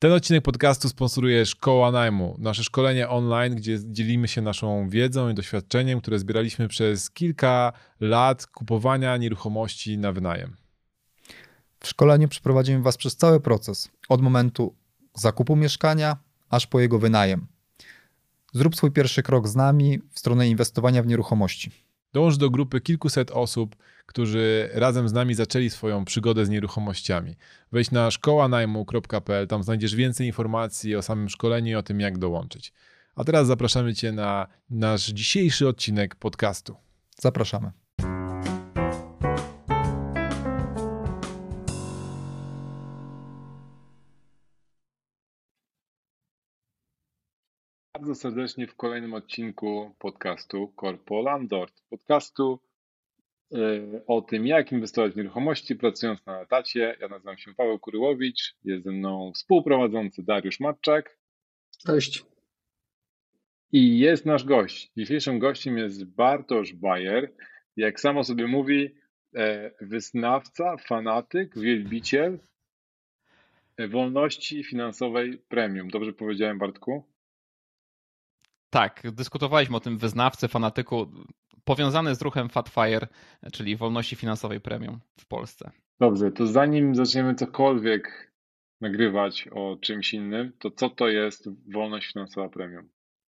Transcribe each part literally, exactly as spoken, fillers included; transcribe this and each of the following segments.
Ten odcinek podcastu sponsoruje Szkoła Najmu, nasze szkolenie online, gdzie dzielimy się naszą wiedzą i doświadczeniem, które zbieraliśmy przez kilka lat kupowania nieruchomości na wynajem. W szkoleniu przeprowadzimy Was przez cały proces, od momentu zakupu mieszkania, aż po jego wynajem. Zrób swój pierwszy krok z nami w stronę inwestowania w nieruchomości. Dołącz do grupy kilkuset osób, którzy razem z nami zaczęli swoją przygodę z nieruchomościami. Wejdź na szkoła najmu kropka p l, tam znajdziesz więcej informacji o samym szkoleniu i o tym, jak dołączyć. A teraz zapraszamy Cię na nasz dzisiejszy odcinek podcastu. Zapraszamy. Bardzo serdecznie w kolejnym odcinku podcastu Corpo Landlord. Podcastu yy, o tym, jak inwestować w nieruchomości, pracując na etacie. Ja nazywam się Paweł Kuryłowicz, jest ze mną współprowadzący Dariusz Matczak. Cześć. I jest nasz gość. Dzisiejszym gościem jest Bartosz Bajer. Jak samo sobie mówi, e, wyznawca, fanatyk, wielbiciel wolności finansowej premium. Dobrze powiedziałem, Bartku? Tak, dyskutowaliśmy o tym wyznawcy, fanatyku, powiązany z ruchem Fatfire, czyli wolności finansowej premium w Polsce. Dobrze, to zanim zaczniemy cokolwiek nagrywać o czymś innym, to co to jest wolność finansowa premium?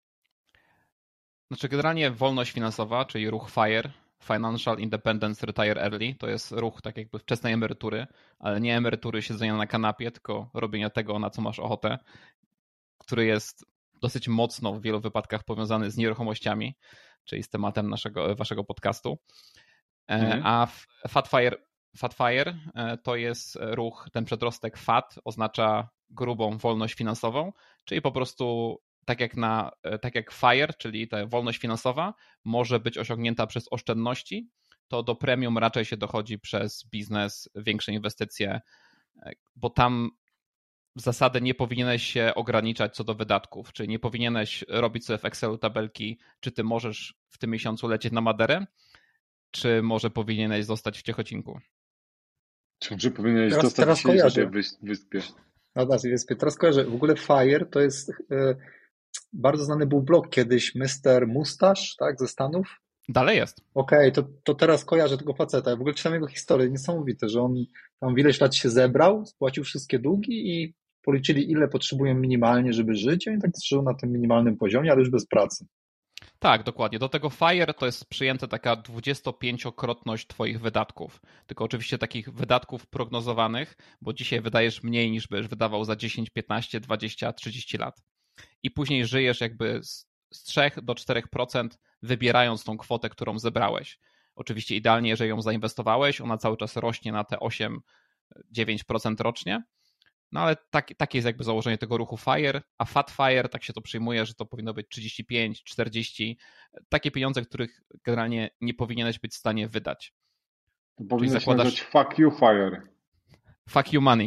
Znaczy generalnie wolność finansowa, czyli ruch FIRE, Financial Independence Retire Early, to jest ruch tak jakby wczesnej emerytury, ale nie emerytury siedzenia na kanapie, tylko robienia tego, na co masz ochotę, który jest dosyć mocno w wielu wypadkach powiązany z nieruchomościami, czyli z tematem naszego, waszego podcastu. Mhm. A Fatfire, Fatfire to jest ruch, ten przedrostek F A T oznacza grubą wolność finansową, czyli po prostu tak jak, na, tak jak FIRE, czyli ta wolność finansowa może być osiągnięta przez oszczędności, to do premium raczej się dochodzi przez biznes, większe inwestycje, bo tam w zasadzie nie powinieneś się ograniczać co do wydatków, czyli nie powinieneś robić sobie w Excelu tabelki, czy ty możesz w tym miesiącu lecieć na Maderę, czy może powinieneś zostać w Ciechocinku. Czy może powinieneś teraz, zostać teraz w kojarzę. wyspie? Na naszej wyspie. Teraz kojarzę. W ogóle FIRE to jest e, bardzo znany był blog kiedyś, mister Mustache, tak, ze Stanów. Dalej jest. Okej, okay, to, to teraz kojarzę tego faceta. Ja w ogóle czytam jego historię, niesamowite, że on tam w ileś lat się zebrał, spłacił wszystkie długi i policzyli, ile potrzebują minimalnie, żeby żyć, i on tak żył na tym minimalnym poziomie, ale już bez pracy. Tak, dokładnie. Do tego FIRE to jest przyjęta taka dwudziestopięciokrotność twoich wydatków. Tylko oczywiście takich wydatków prognozowanych, bo dzisiaj wydajesz mniej niż byś wydawał za dziesięć, piętnaście, dwadzieścia, trzydzieści lat. I później żyjesz jakby z, z trzy do czterech procent wybierając tą kwotę, którą zebrałeś. Oczywiście idealnie, jeżeli ją zainwestowałeś, ona cały czas rośnie na te osiem do dziewięciu procent rocznie. No ale tak, takie jest jakby założenie tego ruchu FIRE, a Fatfire tak się to przyjmuje, że to powinno być trzydzieści pięć, czterdzieści, takie pieniądze, których generalnie nie powinieneś być w stanie wydać. To powinno się nazywać fuck you FIRE. Fuck you money.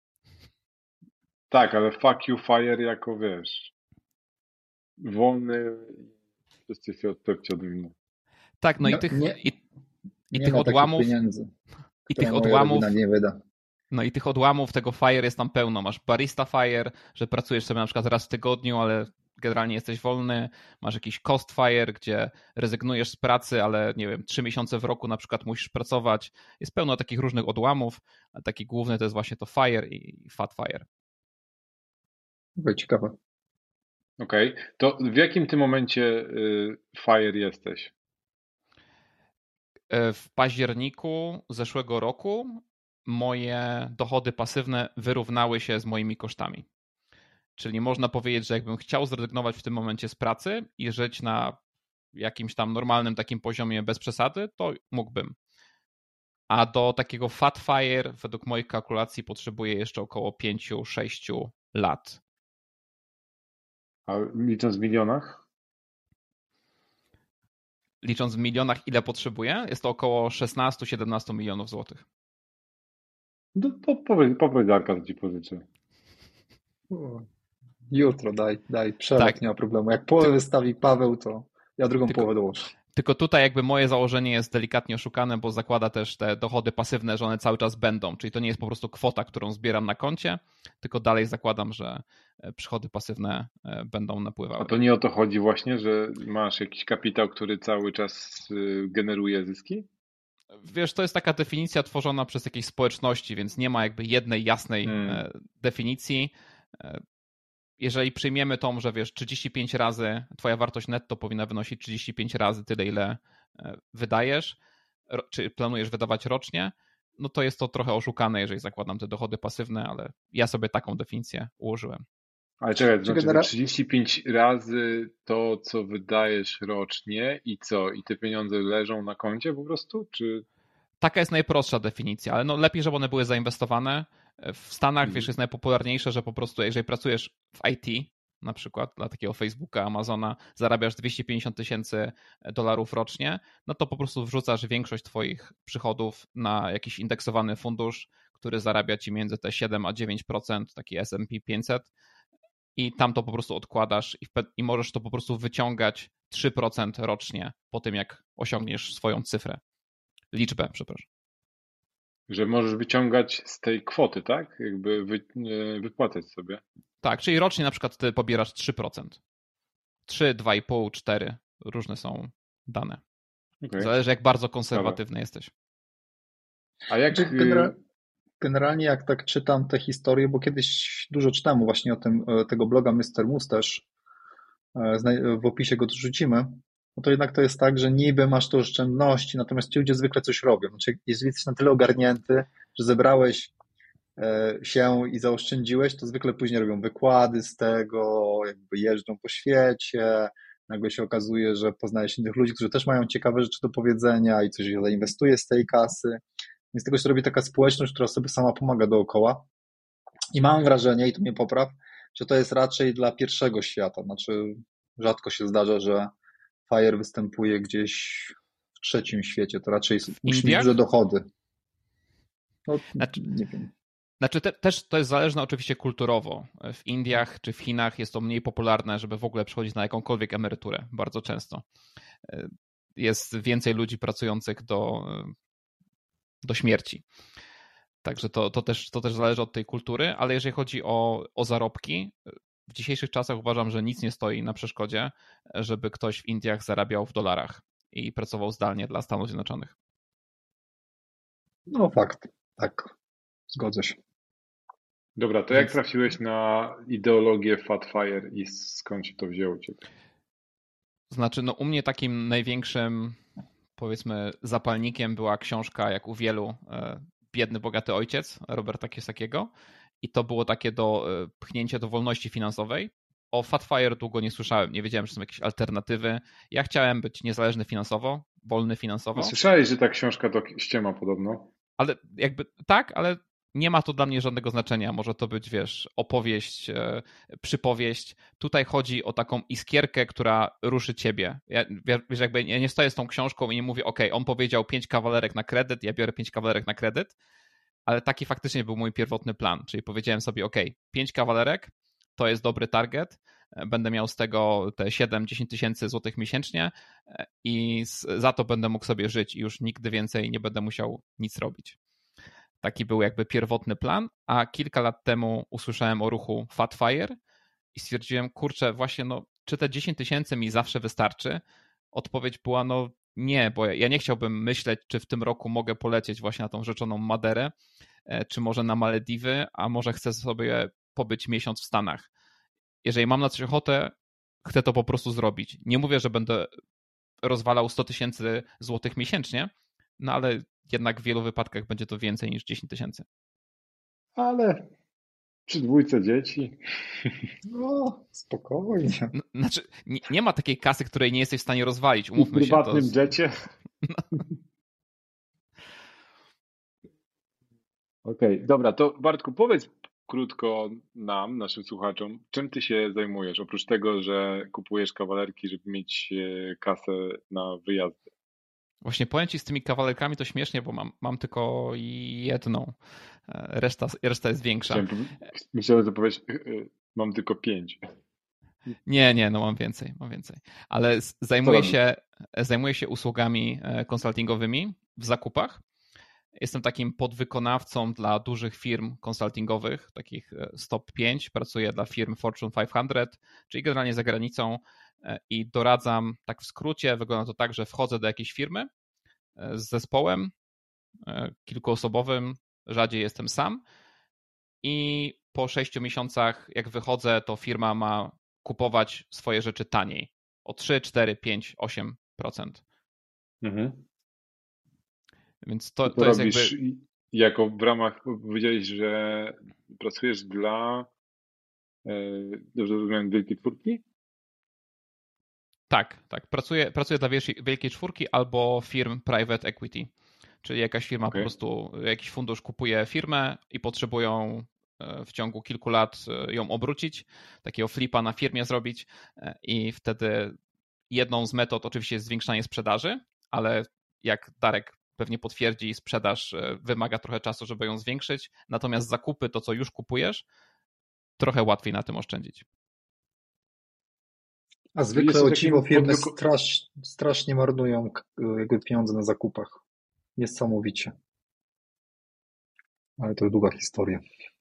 Tak, ale fuck you FIRE jako, wiesz, wolny, wszyscy się odpepcie od mnie. Tak, no nie, i tych, nie, i, i nie tych ma odłamów pieniędzy, i tych odłamów nie wyda. No i tych odłamów tego FIRE jest tam pełno. Masz barista FIRE, że pracujesz sobie na przykład raz w tygodniu, ale generalnie jesteś wolny. Masz jakiś cost FIRE, gdzie rezygnujesz z pracy, ale nie wiem, trzy miesiące w roku na przykład musisz pracować. Jest pełno takich różnych odłamów, a taki główny to jest właśnie to FIRE i Fatfire. Bardzo ciekawe. Okej, okay. To w jakim tym momencie y, FIRE jesteś? W październiku zeszłego roku moje dochody pasywne wyrównały się z moimi kosztami. Czyli można powiedzieć, że jakbym chciał zrezygnować w tym momencie z pracy i żyć na jakimś tam normalnym takim poziomie bez przesady, to mógłbym. A do takiego Fatfire według moich kalkulacji potrzebuję jeszcze około pięć do sześciu lat. A licząc w milionach? Licząc w milionach ile potrzebuję, jest to około szesnaście do siedemnastu milionów złotych. No to powiedz, powiedz Arka, to ci pożyczę. Jutro daj, daj, przelot, tak. Nie ma problemu. Jak połowę wystawi Paweł, to ja drugą tylko, połowę dołożę. Tylko tutaj jakby moje założenie jest delikatnie oszukane, bo zakłada też te dochody pasywne, że one cały czas będą. Czyli to nie jest po prostu kwota, którą zbieram na koncie, tylko dalej zakładam, że przychody pasywne będą napływały. A to nie o to chodzi właśnie, że masz jakiś kapitał, który cały czas generuje zyski? Wiesz, to jest taka definicja tworzona przez jakieś społeczności, więc nie ma jakby jednej jasnej hmm. definicji. Jeżeli przyjmiemy tą, że wiesz, trzydzieści pięć razy twoja wartość netto powinna wynosić trzydzieści pięć razy tyle, ile wydajesz, czy planujesz wydawać rocznie, no to jest to trochę oszukane, jeżeli zakładam te dochody pasywne, ale ja sobie taką definicję ułożyłem. Ale czekaj, to znaczy trzydzieści pięć razy to, co wydajesz rocznie i co? I te pieniądze leżą na koncie po prostu? Czy... Taka jest najprostsza definicja, ale no lepiej, żeby one były zainwestowane. W Stanach, hmm. wiesz, jest najpopularniejsze, że po prostu jeżeli pracujesz w I T, na przykład dla takiego Facebooka, Amazona, zarabiasz dwieście pięćdziesiąt tysięcy dolarów rocznie, no to po prostu wrzucasz większość twoich przychodów na jakiś indeksowany fundusz, który zarabia ci między te siedem a dziewięć procent, taki S and P pięćset, i tam to po prostu odkładasz i, i możesz to po prostu wyciągać trzy procent rocznie po tym, jak osiągniesz swoją cyfrę. Liczbę, przepraszam. Że możesz wyciągać z tej kwoty, tak? Jakby wy, wypłacać sobie. Tak, czyli rocznie na przykład ty pobierasz trzy procent. trzy, dwa i pół, cztery. Różne są dane. Okay. Zależy, jak bardzo konserwatywny Dobra. jesteś. A jak... Genera- generalnie jak tak czytam te historie, bo kiedyś dużo czytałem właśnie o tym, tego bloga mister Moose też, w opisie go dorzucimy, no to jednak to jest tak, że niby masz te oszczędności, natomiast ci ludzie zwykle coś robią. Znaczy, jeżeli jesteś na tyle ogarnięty, że zebrałeś się i zaoszczędziłeś, to zwykle później robią wykłady z tego, jakby jeżdżą po świecie, nagle się okazuje, że poznajesz innych ludzi, którzy też mają ciekawe rzeczy do powiedzenia i coś zainwestuje z tej kasy. Więc z tego się robi taka społeczność, która sobie sama pomaga dookoła. I mam wrażenie, i tu mnie popraw, że to jest raczej dla pierwszego świata. Znaczy rzadko się zdarza, że FIRE występuje gdzieś w trzecim świecie. To raczej musi mieć duże dochody. No, znaczy, nie wiem. Znaczy te, też to jest zależne oczywiście kulturowo. W Indiach czy w Chinach jest to mniej popularne, żeby w ogóle przychodzić na jakąkolwiek emeryturę. Bardzo często. Jest więcej ludzi pracujących do, do śmierci. Także to, to, też, to też zależy od tej kultury, ale jeżeli chodzi o, o zarobki, w dzisiejszych czasach uważam, że nic nie stoi na przeszkodzie, żeby ktoś w Indiach zarabiał w dolarach i pracował zdalnie dla Stanów Zjednoczonych. No fakt, tak, zgodzę się. Dobra, to jak trafiłeś na ideologię Fat Fire i skąd się to wzięło? Znaczy, no u mnie takim największym, powiedzmy, zapalnikiem była książka, jak u wielu, Biedny, bogaty ojciec Roberta Kiyosakiego, i to było takie do pchnięcia do wolności finansowej. O Fat Fire długo nie słyszałem, nie wiedziałem, że są jakieś alternatywy. Ja chciałem być niezależny finansowo, wolny finansowo. A słyszałeś, że ta książka to ściema podobno? Ale jakby tak, ale nie ma to dla mnie żadnego znaczenia. Może to być, wiesz, opowieść, e, przypowieść. Tutaj chodzi o taką iskierkę, która ruszy ciebie. Ja, wiesz, jakby ja nie stoję z tą książką i nie mówię, ok, on powiedział pięć kawalerek na kredyt, ja biorę pięć kawalerek na kredyt, ale taki faktycznie był mój pierwotny plan. Czyli powiedziałem sobie, ok, pięć kawalerek to jest dobry target, będę miał z tego te siedem do dziesięciu tysięcy złotych miesięcznie i za to będę mógł sobie żyć i już nigdy więcej nie będę musiał nic robić. Taki był jakby pierwotny plan, a kilka lat temu usłyszałem o ruchu Fat Fire i stwierdziłem, kurczę, właśnie no, czy te dziesięć tysięcy mi zawsze wystarczy? Odpowiedź była no nie, bo ja nie chciałbym myśleć, czy w tym roku mogę polecieć właśnie na tą rzeczoną Maderę, czy może na Malediwy, a może chcę sobie pobyć miesiąc w Stanach. Jeżeli mam na coś ochotę, chcę to po prostu zrobić. Nie mówię, że będę rozwalał sto tysięcy złotych miesięcznie, no ale jednak w wielu wypadkach będzie to więcej niż dziesięć tysięcy. Ale przy dwójce dzieci. No, spokojnie. No, znaczy, nie, nie ma takiej kasy, której nie jesteś w stanie rozwalić. Umówmy się. W się. prywatnym to... jecie. No. Okej, okay, dobra, to Bartku, powiedz krótko nam, naszym słuchaczom, czym ty się zajmujesz, oprócz tego, że kupujesz kawalerki, żeby mieć kasę na wyjazdy. Właśnie powiem ci, z tymi kawalerkami to śmiesznie, bo mam, mam tylko jedną, reszta, reszta jest większa. Myślałem, myślałem że powiesz, mam tylko pięć. Nie, nie, no mam więcej, mam więcej. Ale z- zajmuję robisz? się, zajmuję się usługami e, konsultingowymi w zakupach. Jestem takim podwykonawcą dla dużych firm konsultingowych, takich e, z top pięć. Pracuję dla firm Fortune pięćset, czyli generalnie za granicą e, i doradzam, tak w skrócie, wygląda to tak, że wchodzę do jakiejś firmy e, z zespołem e, kilkuosobowym, rzadziej jestem sam i po sześciu miesiącach, jak wychodzę, to firma ma kupować swoje rzeczy taniej. O trzy, cztery, pięć, osiem procent. Mhm. Więc to, To to jest robisz jakby... jako w ramach, powiedziałeś, że pracujesz dla, e, dobrze rozumiem, Wielkiej Czwórki? Tak, tak. Pracuję, pracuję dla wielkiej, wielkiej czwórki albo firm private equity, czyli jakaś firma Okej. po prostu, jakiś fundusz kupuje firmę i potrzebują e, w ciągu kilku lat e, ją obrócić, takiego flipa na firmie zrobić e, i wtedy jedną z metod oczywiście jest zwiększanie sprzedaży, ale jak Darek pewnie potwierdzi, sprzedaż e, wymaga trochę czasu, żeby ją zwiększyć, natomiast zakupy, to co już kupujesz, trochę łatwiej na tym oszczędzić. A zwykle Jesteś o takim dziwo firmy podwyko- strasz, strasznie marnują k- jakby pieniądze na zakupach. Niesamowicie. Ale to długa historia.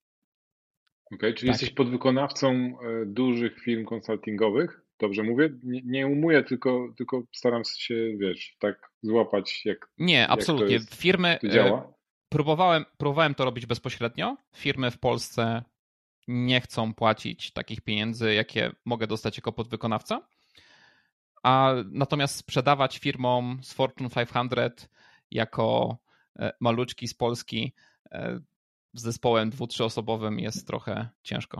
Okej, czyli Tak. jesteś podwykonawcą e, dużych firm konsultingowych, dobrze mówię? Nie, nie umuję, tylko, tylko staram się, wiesz, tak złapać, jak, Nie, jak to absolutnie. jest, Firmy, to e, działa. próbowałem, próbowałem to robić bezpośrednio. Firmy w Polsce nie chcą płacić takich pieniędzy, jakie mogę dostać jako podwykonawca. A natomiast sprzedawać firmom z Fortune pięćset jako e, maluczki z Polski e, z zespołem dwu-, trzyosobowym jest trochę ciężko.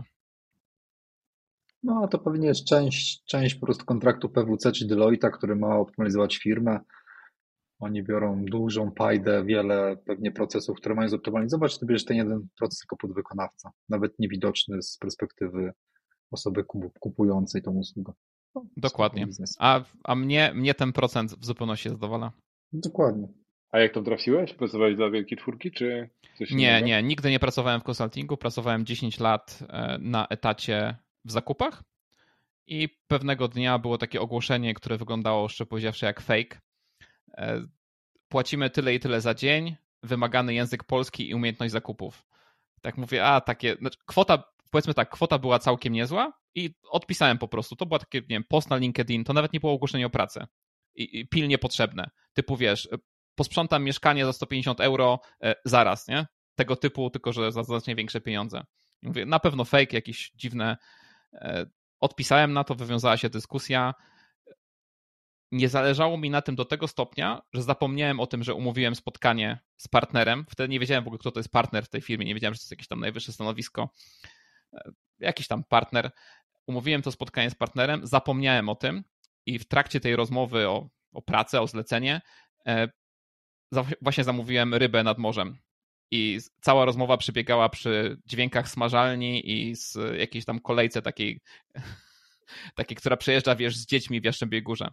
No, to pewnie jest część, część po prostu kontraktu P W C czy Deloitte, który ma optymalizować firmę. Oni biorą dużą pajdę, wiele pewnie procesów, które mają zoptymalizować, ty bierzesz ten jeden proces jako podwykonawca, nawet niewidoczny z perspektywy osoby kup- kupującej tą usługę. No, Dokładnie. spoko biznes. A, a mnie, mnie ten procent w zupełności zadowala. Dokładnie. A jak to trafiłeś? Pracowałeś dla Wielkiej Czwórki, czy coś Nie, innego? nie, nigdy nie pracowałem w konsultingu. Pracowałem dziesięć lat e, na etacie w zakupach i pewnego dnia było takie ogłoszenie, które wyglądało, szczerze powiedziawszy, jak fake. E, Płacimy tyle i tyle za dzień, wymagany język polski i umiejętność zakupów. Tak mówię, a takie, znaczy kwota, powiedzmy tak, kwota była całkiem niezła i odpisałem po prostu. To była takie, nie wiem, post na LinkedIn, to nawet nie było ogłoszenie o pracę. I, i pilnie potrzebne. Typu, wiesz, posprzątam mieszkanie za sto pięćdziesiąt euro e, zaraz, nie? Tego typu, tylko że za znacznie większe pieniądze. I mówię, na pewno fake, jakieś dziwne. E, odpisałem na to, wywiązała się dyskusja. Nie zależało mi na tym do tego stopnia, że zapomniałem o tym, że umówiłem spotkanie z partnerem. Wtedy nie wiedziałem w ogóle, kto to jest partner w tej firmie. Nie wiedziałem, że to jest jakieś tam najwyższe stanowisko. Jakiś tam partner. Umówiłem to spotkanie z partnerem, zapomniałem o tym i w trakcie tej rozmowy o, o pracę, o zlecenie e, za, właśnie zamówiłem rybę nad morzem. I cała rozmowa przebiegała przy dźwiękach smażalni i z jakiejś tam kolejce takiej, takiej, która przejeżdża, wiesz, z dziećmi w Jastrzębiej Górze.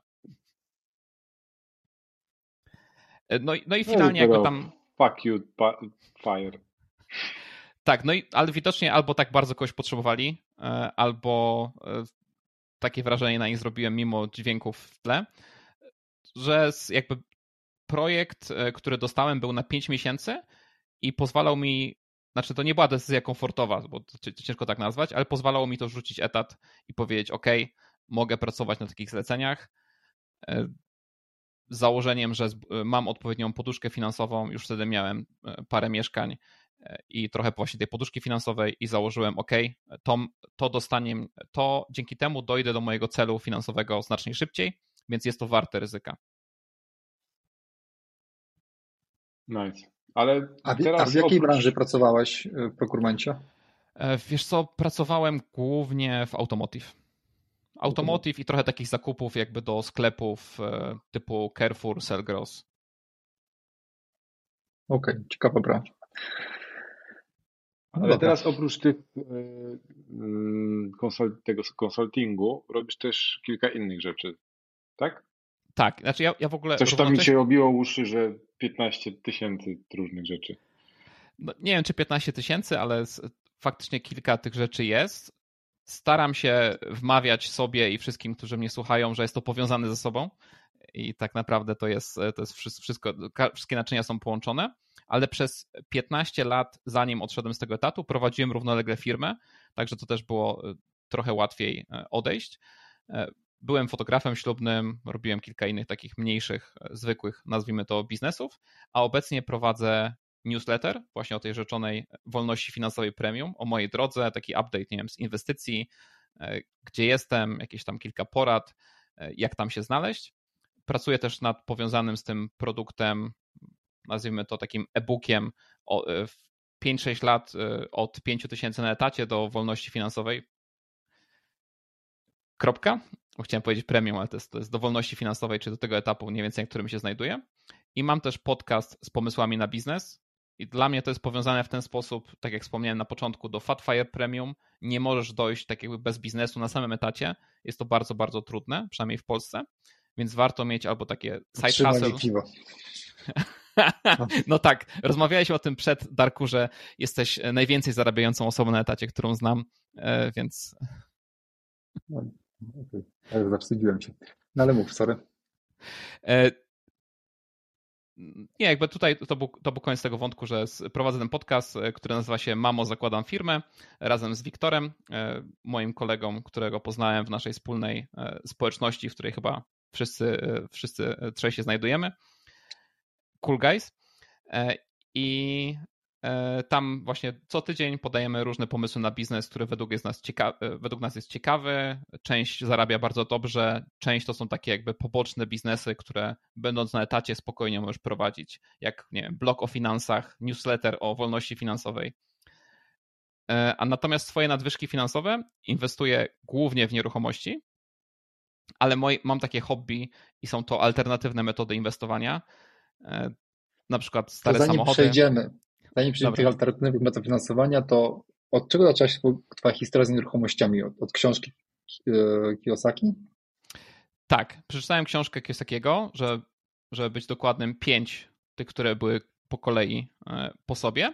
No, i- no i finalnie jakby tam... Fuck you, pa- fire. Tak, no i ale widocznie albo tak bardzo kogoś potrzebowali, e, albo e, takie wrażenie na nich zrobiłem mimo dźwięków w tle, że z- jakby projekt, e, który dostałem, był na pięć miesięcy i pozwalał mi, znaczy to nie była decyzja komfortowa, bo to ci- to ciężko tak nazwać, ale pozwalało mi to rzucić etat i powiedzieć, ok, mogę pracować na takich zleceniach, e, z założeniem, że zb- mam odpowiednią poduszkę finansową, już wtedy miałem e, parę mieszkań e, i trochę właśnie tej poduszki finansowej i założyłem, ok, to, to dostanie, to dzięki temu dojdę do mojego celu finansowego znacznie szybciej, więc jest to warte ryzyka. Nice. Ale A, w, a teraz w jakiej oprócz... branży pracowałeś w prokurmencie? E, Wiesz co, pracowałem głównie w automotive. Automotive i trochę takich zakupów jakby do sklepów e, typu Carrefour, Selgros. Okej, okay, ciekawa branża. No Ale dobra. teraz oprócz tych, y, y, konsult, tego konsultingu robisz też kilka innych rzeczy, tak? Tak, znaczy ja, ja w ogóle... Coś tam mi równocześnie- się obiło uszy, że piętnaście tysięcy różnych rzeczy. No, nie wiem, czy piętnaście tysięcy, ale z, faktycznie kilka tych rzeczy jest. staram się wmawiać sobie i wszystkim, którzy mnie słuchają, że jest to powiązane ze sobą i tak naprawdę to jest, to jest wszystko, wszystkie naczynia są połączone, ale przez piętnaście lat, zanim odszedłem z tego etatu, prowadziłem równolegle firmę, także to też było trochę łatwiej odejść. Byłem fotografem ślubnym, robiłem kilka innych takich mniejszych, zwykłych, nazwijmy to, biznesów, a obecnie prowadzę newsletter właśnie o tej rzeczonej wolności finansowej premium, o mojej drodze, taki update, nie wiem, z inwestycji, gdzie jestem, jakieś tam kilka porad, jak tam się znaleźć. Pracuję też nad powiązanym z tym produktem, nazwijmy to takim e-bookiem, pięć sześć lat od pięć tysięcy na etacie do wolności finansowej. Kropka. Chciałem powiedzieć premium, ale to jest, to jest do wolności finansowej, czy do tego etapu mniej więcej, na którym się znajduję. I mam też podcast z pomysłami na biznes. I dla mnie to jest powiązane w ten sposób, tak jak wspomniałem na początku, do Fatfire Premium. Nie możesz dojść tak jakby bez biznesu na samym etacie. Jest to bardzo, bardzo trudne, przynajmniej w Polsce. Więc warto mieć albo takie side hustle. Piwo. No tak, rozmawiałeś o tym przed, Darku, że jesteś najwięcej zarabiającą osobą na etacie, którą znam, więc... No, okay. Ja zawstydziłem się. No ale mów, sorry. Nie, jakby tutaj to był, to był koniec tego wątku, że prowadzę ten podcast, który nazywa się Mamo, zakładam firmę, razem z Wiktorem, moim kolegą, którego poznałem w naszej wspólnej społeczności, w której chyba wszyscy, wszyscy trzej się znajdujemy. Cool Guys. I tam właśnie co tydzień podajemy różne pomysły na biznes, który według, jest nas cieka- według nas jest ciekawy. Część zarabia bardzo dobrze, część to są takie jakby poboczne biznesy, które będąc na etacie spokojnie możesz prowadzić, jak nie wiem, blog o finansach, newsletter o wolności finansowej. A natomiast swoje nadwyżki finansowe inwestuję głównie w nieruchomości, ale moi, mam takie hobby i są to alternatywne metody inwestowania, na przykład stare to zanim samochody. Przejdziemy, zanim przejdziemy do tych Dobra. alternatywnych metod finansowania, to od czego zaczęła się twoja historia z nieruchomościami? Od, od książki Kiyosaki? Tak, przeczytałem książkę Kiyosakiego, że, żeby być dokładnym, pięć tych, które były po kolei po sobie.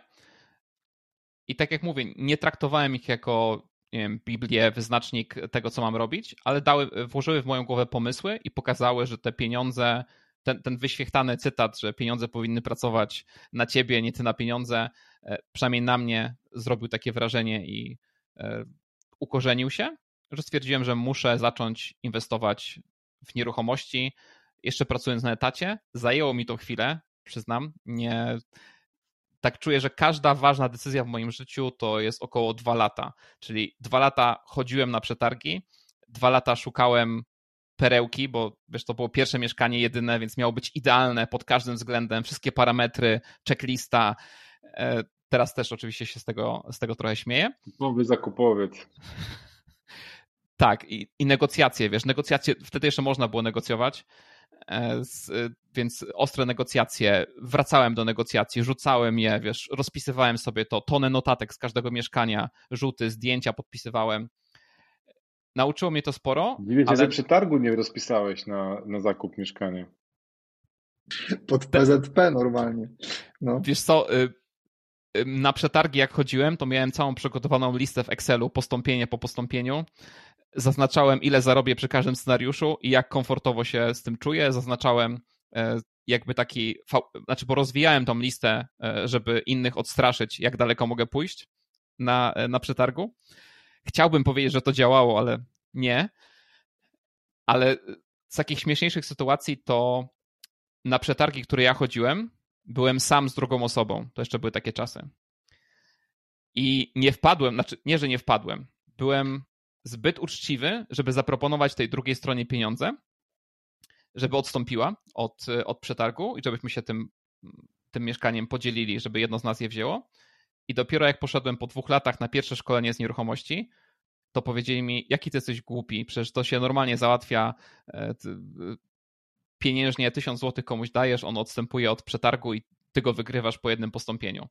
I tak jak mówię, nie traktowałem ich jako, nie wiem, Biblię, wyznacznik tego, co mam robić, ale dały, włożyły w moją głowę pomysły i pokazały, że te pieniądze, ten, ten wyświechtany cytat, że pieniądze powinny pracować na ciebie, nie ty na pieniądze, przynajmniej na mnie zrobił takie wrażenie i ukorzenił się, że stwierdziłem, że muszę zacząć inwestować w nieruchomości, jeszcze pracując na etacie. Zajęło mi to chwilę, przyznam. Nie, tak czuję, że każda ważna decyzja w moim życiu to jest około dwa lata. Czyli dwa lata chodziłem na przetargi, dwa lata szukałem perełki, bo wiesz, to było pierwsze mieszkanie jedyne, więc miało być idealne pod każdym względem, wszystkie parametry, checklista. Teraz też oczywiście się z tego, z tego trochę śmieję. Nowy zakupowiec. Tak, i, i negocjacje, wiesz, negocjacje, wtedy jeszcze można było negocjować, z, więc ostre negocjacje, wracałem do negocjacji, rzucałem je, wiesz, rozpisywałem sobie to, tonę notatek z każdego mieszkania, rzuty, zdjęcia podpisywałem. Nauczyło mnie to sporo. Dziwię się, ale... że przetargu nie rozpisałeś na, na zakup mieszkania. Pod P Z P normalnie. No. Wiesz co, na przetargi jak chodziłem, to miałem całą przygotowaną listę w Excelu, postąpienie po postąpieniu. Zaznaczałem, ile zarobię przy każdym scenariuszu i jak komfortowo się z tym czuję. Zaznaczałem jakby taki, znaczy bo rozwijałem tą listę, żeby innych odstraszyć, jak daleko mogę pójść na, na przetargu. Chciałbym powiedzieć, że to działało, ale nie. Ale z takich śmieszniejszych sytuacji to na przetargi, które ja chodziłem, byłem sam z drugą osobą. To jeszcze były takie czasy. I nie wpadłem, znaczy nie, że nie wpadłem. Byłem zbyt uczciwy, żeby zaproponować tej drugiej stronie pieniądze, żeby odstąpiła od, od przetargu i żebyśmy się tym, tym mieszkaniem podzielili, żeby jedno z nas je wzięło. I dopiero jak poszedłem po dwóch latach na pierwsze szkolenie z nieruchomości, to powiedzieli mi, jaki ty jesteś głupi, przecież to się normalnie załatwia pieniężnie, tysiąc złotych komuś dajesz, on odstępuje od przetargu i ty go wygrywasz po jednym postąpieniu.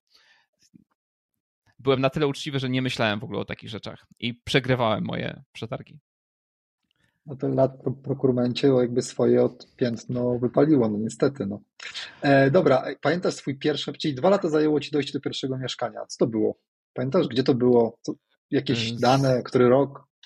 Byłem na tyle uczciwy, że nie myślałem w ogóle o takich rzeczach i przegrywałem moje przetargi. No to lat pro prokurencie jakby swoje od piętno wypaliło, no niestety. No. E, dobra, pamiętasz swój pierwszy, czyli dwa lata zajęło ci dojść do pierwszego mieszkania. Co to było? Pamiętasz, gdzie to było? Co, jakieś Z... dane, który rok?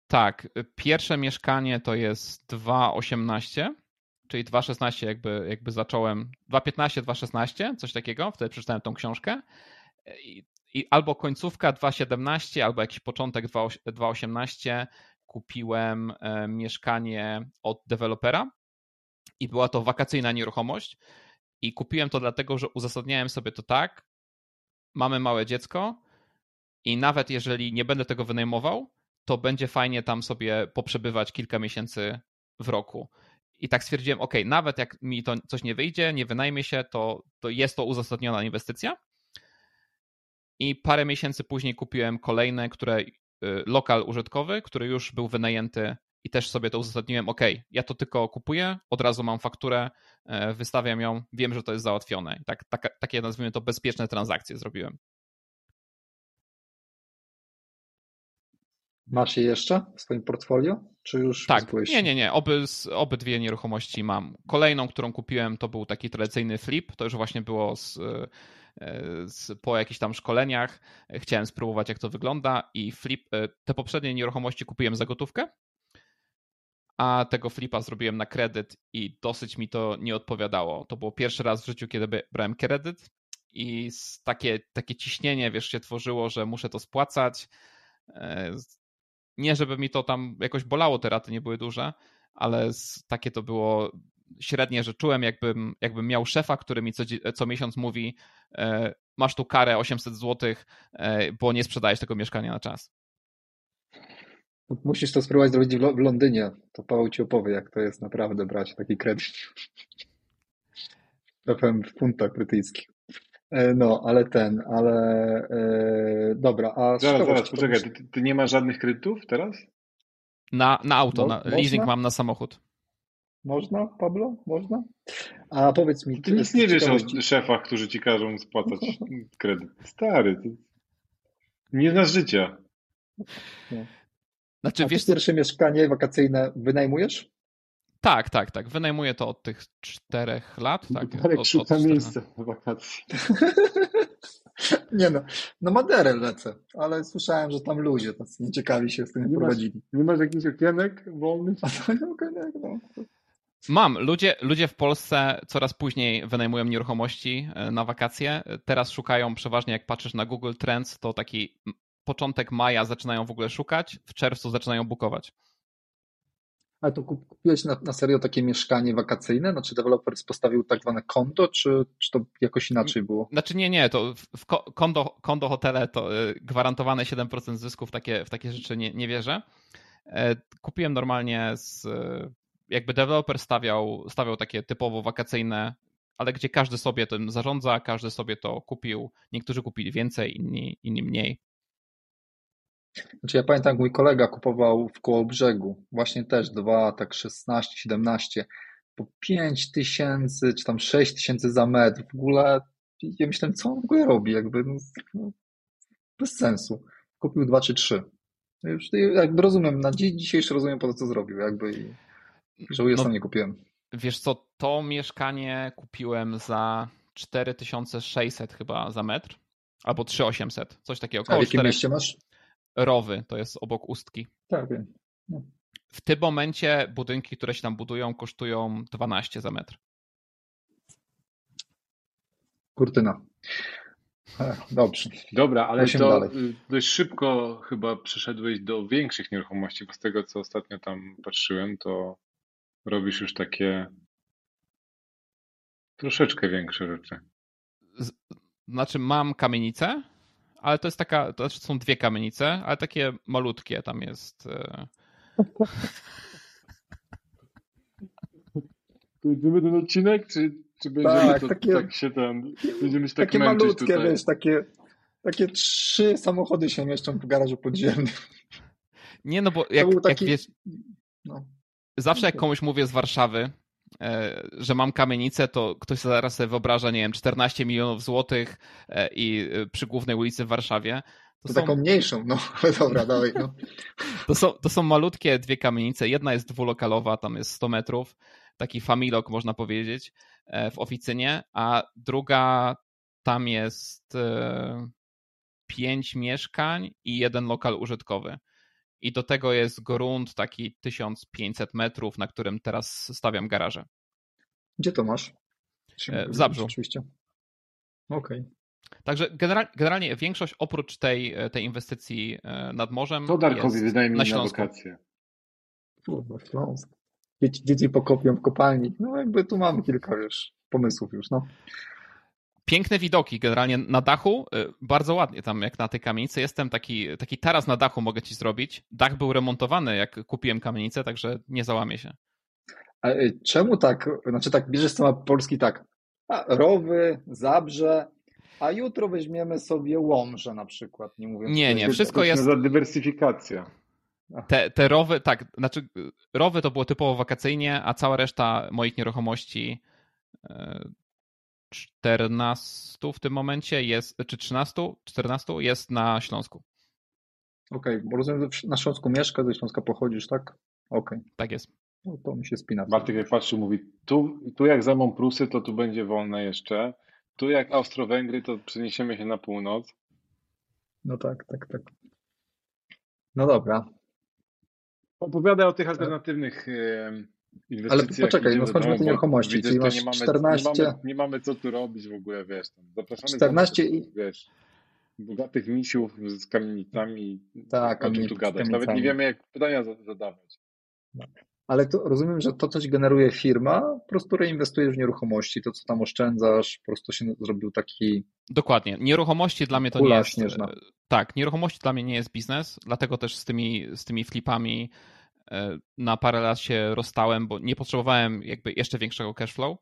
Tak, pierwsze mieszkanie to jest dwa osiemnaście, czyli dwa szesnaście jakby, jakby zacząłem, dwa piętnaście, dwa szesnaście, coś takiego, wtedy przeczytałem tą książkę. I, i albo końcówka dwa siedemnaście, albo jakiś początek dwa osiemnaście kupiłem e, mieszkanie od dewelopera i była to wakacyjna nieruchomość i kupiłem to dlatego, że uzasadniałem sobie to tak, mamy małe dziecko i nawet jeżeli nie będę tego wynajmował, to będzie fajnie tam sobie poprzebywać kilka miesięcy w roku. I tak stwierdziłem, ok, nawet jak mi to coś nie wyjdzie, nie wynajmie się, to, to jest to uzasadniona inwestycja. I parę miesięcy później kupiłem kolejne, które lokal użytkowy, który już był wynajęty i też sobie to uzasadniłem, ok, ja to tylko kupuję, od razu mam fakturę, wystawiam ją, wiem, że to jest załatwione. I tak, tak, takie nazwijmy to bezpieczne transakcje zrobiłem. Masz je jeszcze w swoim portfolio? Czy już Tak, pozbyłeś nie, się? nie, nie, Oby, obydwie nieruchomości mam. Kolejną, którą kupiłem, to był taki tradycyjny flip, to już właśnie było z, z, po jakichś tam szkoleniach, chciałem spróbować jak to wygląda i flip, te poprzednie nieruchomości kupiłem za gotówkę, a tego flipa zrobiłem na kredyt i dosyć mi to nie odpowiadało. To było pierwszy raz w życiu, kiedy brałem kredyt i takie, takie ciśnienie, wiesz, się tworzyło, że muszę to spłacać. Nie, żeby mi to tam jakoś bolało, te raty nie były duże, ale takie to było średnie, że czułem, jakbym, jakbym miał szefa, który mi co, co miesiąc mówi, masz tu karę osiemset złotych, bo nie sprzedajesz tego mieszkania na czas. Musisz to spróbować zrobić w, w Londynie. To Paweł ci opowie, jak to jest naprawdę brać taki kredyt. Pewnie w funtach brytyjskich. No, ale ten, ale e, dobra, a Zaraz, zaraz, to poczekaj, byś- ty, ty nie masz żadnych kredytów teraz? Na, na auto, Mo- na, można? leasing mam na samochód. Można, Pablo? Można? A powiedz mi, Ty nic nie z wiesz ciekawości- o szefach, którzy ci każą spłacać kredyt. Stary, ty nie znasz życia. Znaczy, A ty wiesz co, pierwsze mieszkanie wakacyjne wynajmujesz? tak, tak, tak, wynajmuję to od tych czterech lat. Tak, Darek od, szuka od czterech. miejsca na wakacje. Nie no, na Maderę lecę, ale słyszałem, że tam ludzie tacy nieciekawi się z tym Nie masz, prowadzili. nie masz jakichś okienek wolnych? A to nie okej, no. Mam. Ludzie, ludzie w Polsce coraz później wynajmują nieruchomości na wakacje. Teraz szukają przeważnie, jak patrzysz na Google Trends, to taki początek maja zaczynają w ogóle szukać, w czerwcu zaczynają bukować. Ale to kup- kupiłeś na, na serio takie mieszkanie wakacyjne? Znaczy deweloper postawił tak zwane konto, czy, czy to jakoś inaczej było? Znaczy nie, nie, to w- w ko- kondo, kondo hotele to y, gwarantowane siedem procent zysku, w takie, w takie rzeczy nie, nie wierzę. E, Kupiłem normalnie z, y, jakby deweloper stawiał, stawiał takie typowo wakacyjne, ale gdzie każdy sobie tym zarządza, każdy sobie to kupił. Niektórzy kupili więcej, inni, inni mniej. Znaczy ja pamiętam, jak mój kolega kupował w Kołobrzegu, właśnie też dwa, tak szesnaście, siedemnaście, po pięć tysięcy, czy tam sześć tysięcy za metr. W ogóle ja myślałem, co on w ogóle robi, jakby no, no, bez sensu. Kupił dwa czy trzy. Już jakby rozumiem, na dzień dzisiejszy rozumiem, po to, co zrobił, jakby i żałuję, No, sam nie kupiłem. Wiesz co, to mieszkanie kupiłem za cztery tysiące sześćset chyba za metr, albo trzy tysiące osiemset, coś takiego. A w Około jakim czterech. mieście masz? Rowy, to jest obok Ustki. Tak, wiem. No. W tym momencie budynki, które się tam budują, kosztują dwanaście za metr. Kurtyna. E, Dobrze. Dobra, ale Lecimy to dalej. y, dość szybko chyba przeszedłeś do większych nieruchomości, bo z tego, co ostatnio tam patrzyłem, to robisz już takie troszeczkę większe rzeczy. Z- Znaczy mam kamienicę, ale to jest taka, to znaczy są dwie kamienice, ale takie malutkie tam jest. e, Kończymy ten odcinek, czy, czy będziemy Tak, to, takie- tak się tam, będziemy się tak Takie męczyć malutkie, tutaj? wiesz, takie, takie trzy samochody się mieszczą w garażu podziemnym. Nie, no bo jak, był taki- jak wiesz, No. zawsze jak komuś mówię z Warszawy, e, że mam kamienicę, to ktoś zaraz sobie wyobraża, nie wiem, czternaście milionów złotych e, i e, przy głównej ulicy w Warszawie. To To są, taką mniejszą, no ale dobra, dawaj, no. to, są, to są malutkie dwie kamienice. Jedna jest dwulokalowa, tam jest sto metrów, taki familok można powiedzieć e, w oficynie, a druga tam jest e, pięć mieszkań i jeden lokal użytkowy. i do tego jest grunt taki tysiąc pięćset metrów, na którym teraz stawiam garaże. Gdzie to masz? W Zabrzu. Oczywiście. Okej. Okay. Także generalnie, generalnie większość oprócz tej, tej inwestycji nad morzem To Darkowi jest wynajmniej na na Śląsku. wakacje. Kurwa, Śląsk. Dzieci, dzieci pokopią w kopalni. No jakby tu mamy kilka, wiesz, pomysłów już, no. Piękne widoki generalnie na dachu, bardzo ładnie tam jak na tej kamienicy. Jestem taki, taki taras na dachu mogę ci zrobić. Dach był remontowany jak kupiłem kamienicę, także nie załamie się. A czemu tak, znaczy tak bierzesz z mapy Polski tak, a, Rowy, Zabrze, a jutro weźmiemy sobie Łomżę na przykład, nie mówiąc... Nie, nie, tutaj- wszystko To się jest... nazywa dywersyfikacja. Te, te rowy, tak, znaczy rowy to było typowo wakacyjnie, a cała reszta moich nieruchomości e, czternaście w tym momencie jest, czy trzynaście, czternaście jest na Śląsku. Okej, bo rozumiem, że na Śląsku mieszkasz, ze Śląska pochodzisz, tak? Okej, Tak jest. no to mi się spina. Bartek jak patrzy, mówi, tu, tu jak zamą Prusy, to tu będzie wolne jeszcze. Tu jak Austro-Węgry, to przeniesiemy się na północ. No tak, tak, tak. No dobra, Opowiadaj o tych alternatywnych e, inwestycjach. poczekaj, gdzie no do skończmy domu, te bo nieruchomości, widzę, czyli że to masz nie mamy, czternaście Nie mamy, nie mamy co tu robić w ogóle, wiesz. Tam. Zapraszamy czternaście do i... wiesz, bogatych misiów z kamienicami. Tak, O czym kamienic- tu z gadać? Nawet nie kamienicami. wiemy, jak pytania za- zadawać. Ale to rozumiem, że to coś generuje firma, po prostu reinwestujesz w nieruchomości, to co tam oszczędzasz, po prostu się zrobił taki Dokładnie. Nieruchomości dla mnie to kula nie jest... śnieżna. Tak, nieruchomości dla mnie nie jest biznes, dlatego też z tymi, z tymi flipami e, na parę lat się rozstałem, bo nie potrzebowałem jakby jeszcze większego cashflow,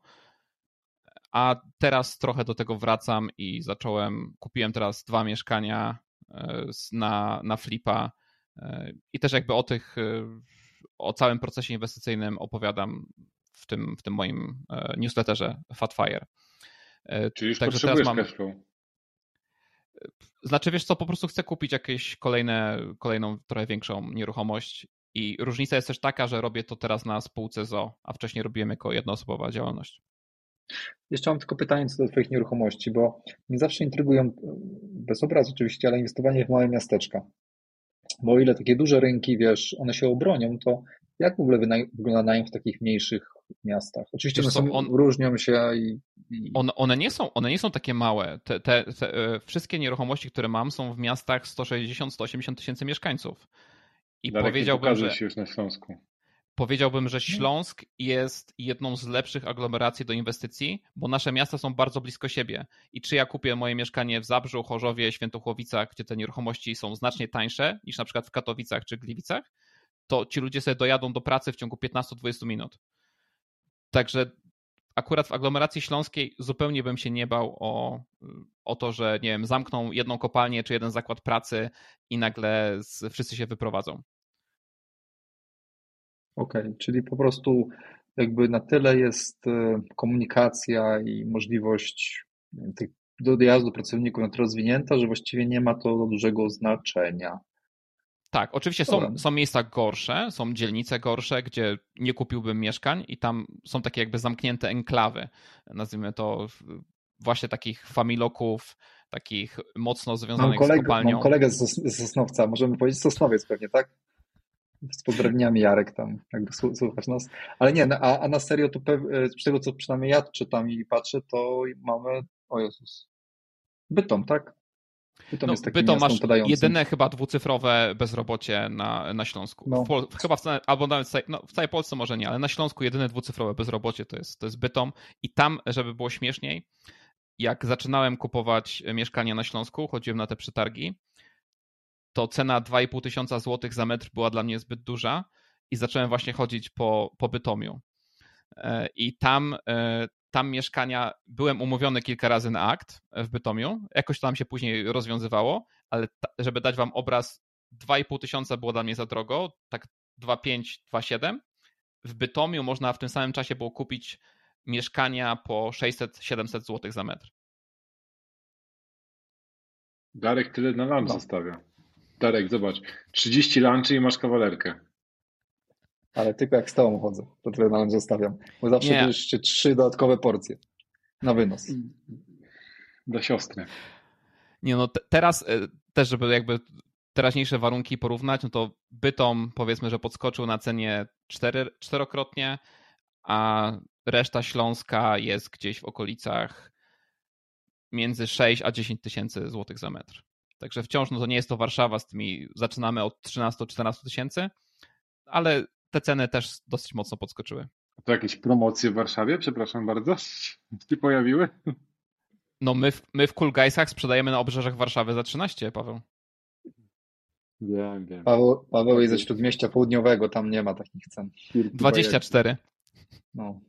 a teraz trochę do tego wracam i zacząłem, kupiłem teraz dwa mieszkania e, z- na, na flipa e, i też jakby o tych, e, o całym procesie inwestycyjnym opowiadam w tym, w tym moim e, newsletterze Fatfire. E, Czyli już Także potrzebujesz teraz mam- cashflow. Znaczy, wiesz co, po prostu chcę kupić jakieś kolejne, kolejną, trochę większą nieruchomość i różnica jest też taka, że robię to teraz na spółce z o o, a wcześniej robiłem jako jednoosobowa działalność. Jeszcze mam tylko pytanie co do Twoich nieruchomości, bo mnie zawsze intrygują, bez obrazu oczywiście, ale inwestowanie w małe miasteczka. Bo o ile takie duże rynki, wiesz, one się obronią, to jak w ogóle wynaj- wygląda najem w takich mniejszych miastach? Oczywiście Wiesz one co, są, on- różnią się i... i... One, one, nie są, one nie są takie małe. Te, te, te, e, wszystkie nieruchomości, które mam, są w miastach sto sześćdziesiąt do stu osiemdziesięciu tysięcy mieszkańców. I Darek, nie powiedziałbym, pokazuj że, się już na Śląsku. powiedziałbym, że Śląsk jest jedną z lepszych aglomeracji do inwestycji, bo nasze miasta są bardzo blisko siebie. I czy ja kupię moje mieszkanie w Zabrzu, Chorzowie, Świętochłowicach, gdzie te nieruchomości są znacznie tańsze niż na przykład w Katowicach czy Gliwicach, to ci ludzie sobie dojadą do pracy w ciągu piętnaście do dwudziestu minut. Także akurat w aglomeracji śląskiej zupełnie bym się nie bał o, o to, że nie wiem, zamkną jedną kopalnię czy jeden zakład pracy i nagle z, wszyscy się wyprowadzą. Okej, czyli po prostu jakby na tyle jest e, komunikacja i możliwość e, tych do dojazdu pracowników na tyle rozwinięta, że właściwie nie ma to dużego znaczenia. Tak, oczywiście Dobra. są, są miejsca gorsze, są dzielnice gorsze, gdzie nie kupiłbym mieszkań i tam są takie jakby zamknięte enklawy, nazwijmy to w- właśnie takich familoków, takich mocno Mam związanych z kolegę, kopalnią. mam kolegę z, Sos- z Sosnowca, możemy powiedzieć Sosnowiec pewnie, tak? Z pozdrowieniami Jarek tam, jakby słu- słuchasz nas. Ale nie, no, a, a na serio to pew, e, z tego co przynajmniej ja czytam i patrzę, to mamy, o Jezus, Bytom, tak? Bytom No, jest takim Bytom miastem masz upadającym. jedyne chyba dwucyfrowe bezrobocie na, na Śląsku. No. W Pol- chyba w, całej- albo nawet w całej, no, w całej Polsce może nie, ale na Śląsku jedyne dwucyfrowe bezrobocie to jest, to jest Bytom. I tam, żeby było śmieszniej, jak zaczynałem kupować mieszkanie na Śląsku, chodziłem na te przetargi, to cena dwa i pół tysiąca złotych za metr była dla mnie zbyt duża i zacząłem właśnie chodzić po, po Bytomiu. E, I tam, e, tam mieszkania, byłem umówiony kilka razy na akt w Bytomiu, jakoś to nam się później rozwiązywało, ale ta, żeby dać wam obraz, dwa i pół tysiąca było dla mnie za drogo, tak dwa pięć, dwa siedem. W Bytomiu można w tym samym czasie było kupić mieszkania po sześćset siedemset złotych za metr. Darek tyle na lunch No. zostawia. Darek, zobacz, trzydzieści lunchy i masz kawalerkę. Ale tylko jak z tobą chodzę, to tyle na lunch zostawiam. Bo zawsze Nie. bierzecie trzy dodatkowe porcje na wynos. Dla siostry. Nie no, te, teraz e, też, żeby jakby teraźniejsze warunki porównać, no to Bytom powiedzmy, że podskoczył na cenie cztery, czterokrotnie, a reszta Śląska jest gdzieś w okolicach między sześć a dziesięć tysięcy złotych za metr. Także wciąż no to nie jest to Warszawa z tymi, zaczynamy od trzynaście do czternastu tysięcy, ale te ceny też dosyć mocno podskoczyły. To jakieś promocje w Warszawie, przepraszam bardzo, się pojawiły? No my w, my w Cool Guysach sprzedajemy na obrzeżach Warszawy za trzynaście, Paweł. Wiem, wiem. Paweł, Paweł jest ze Śródmieścia Południowego, tam nie ma takich cen. dwadzieścia cztery. No,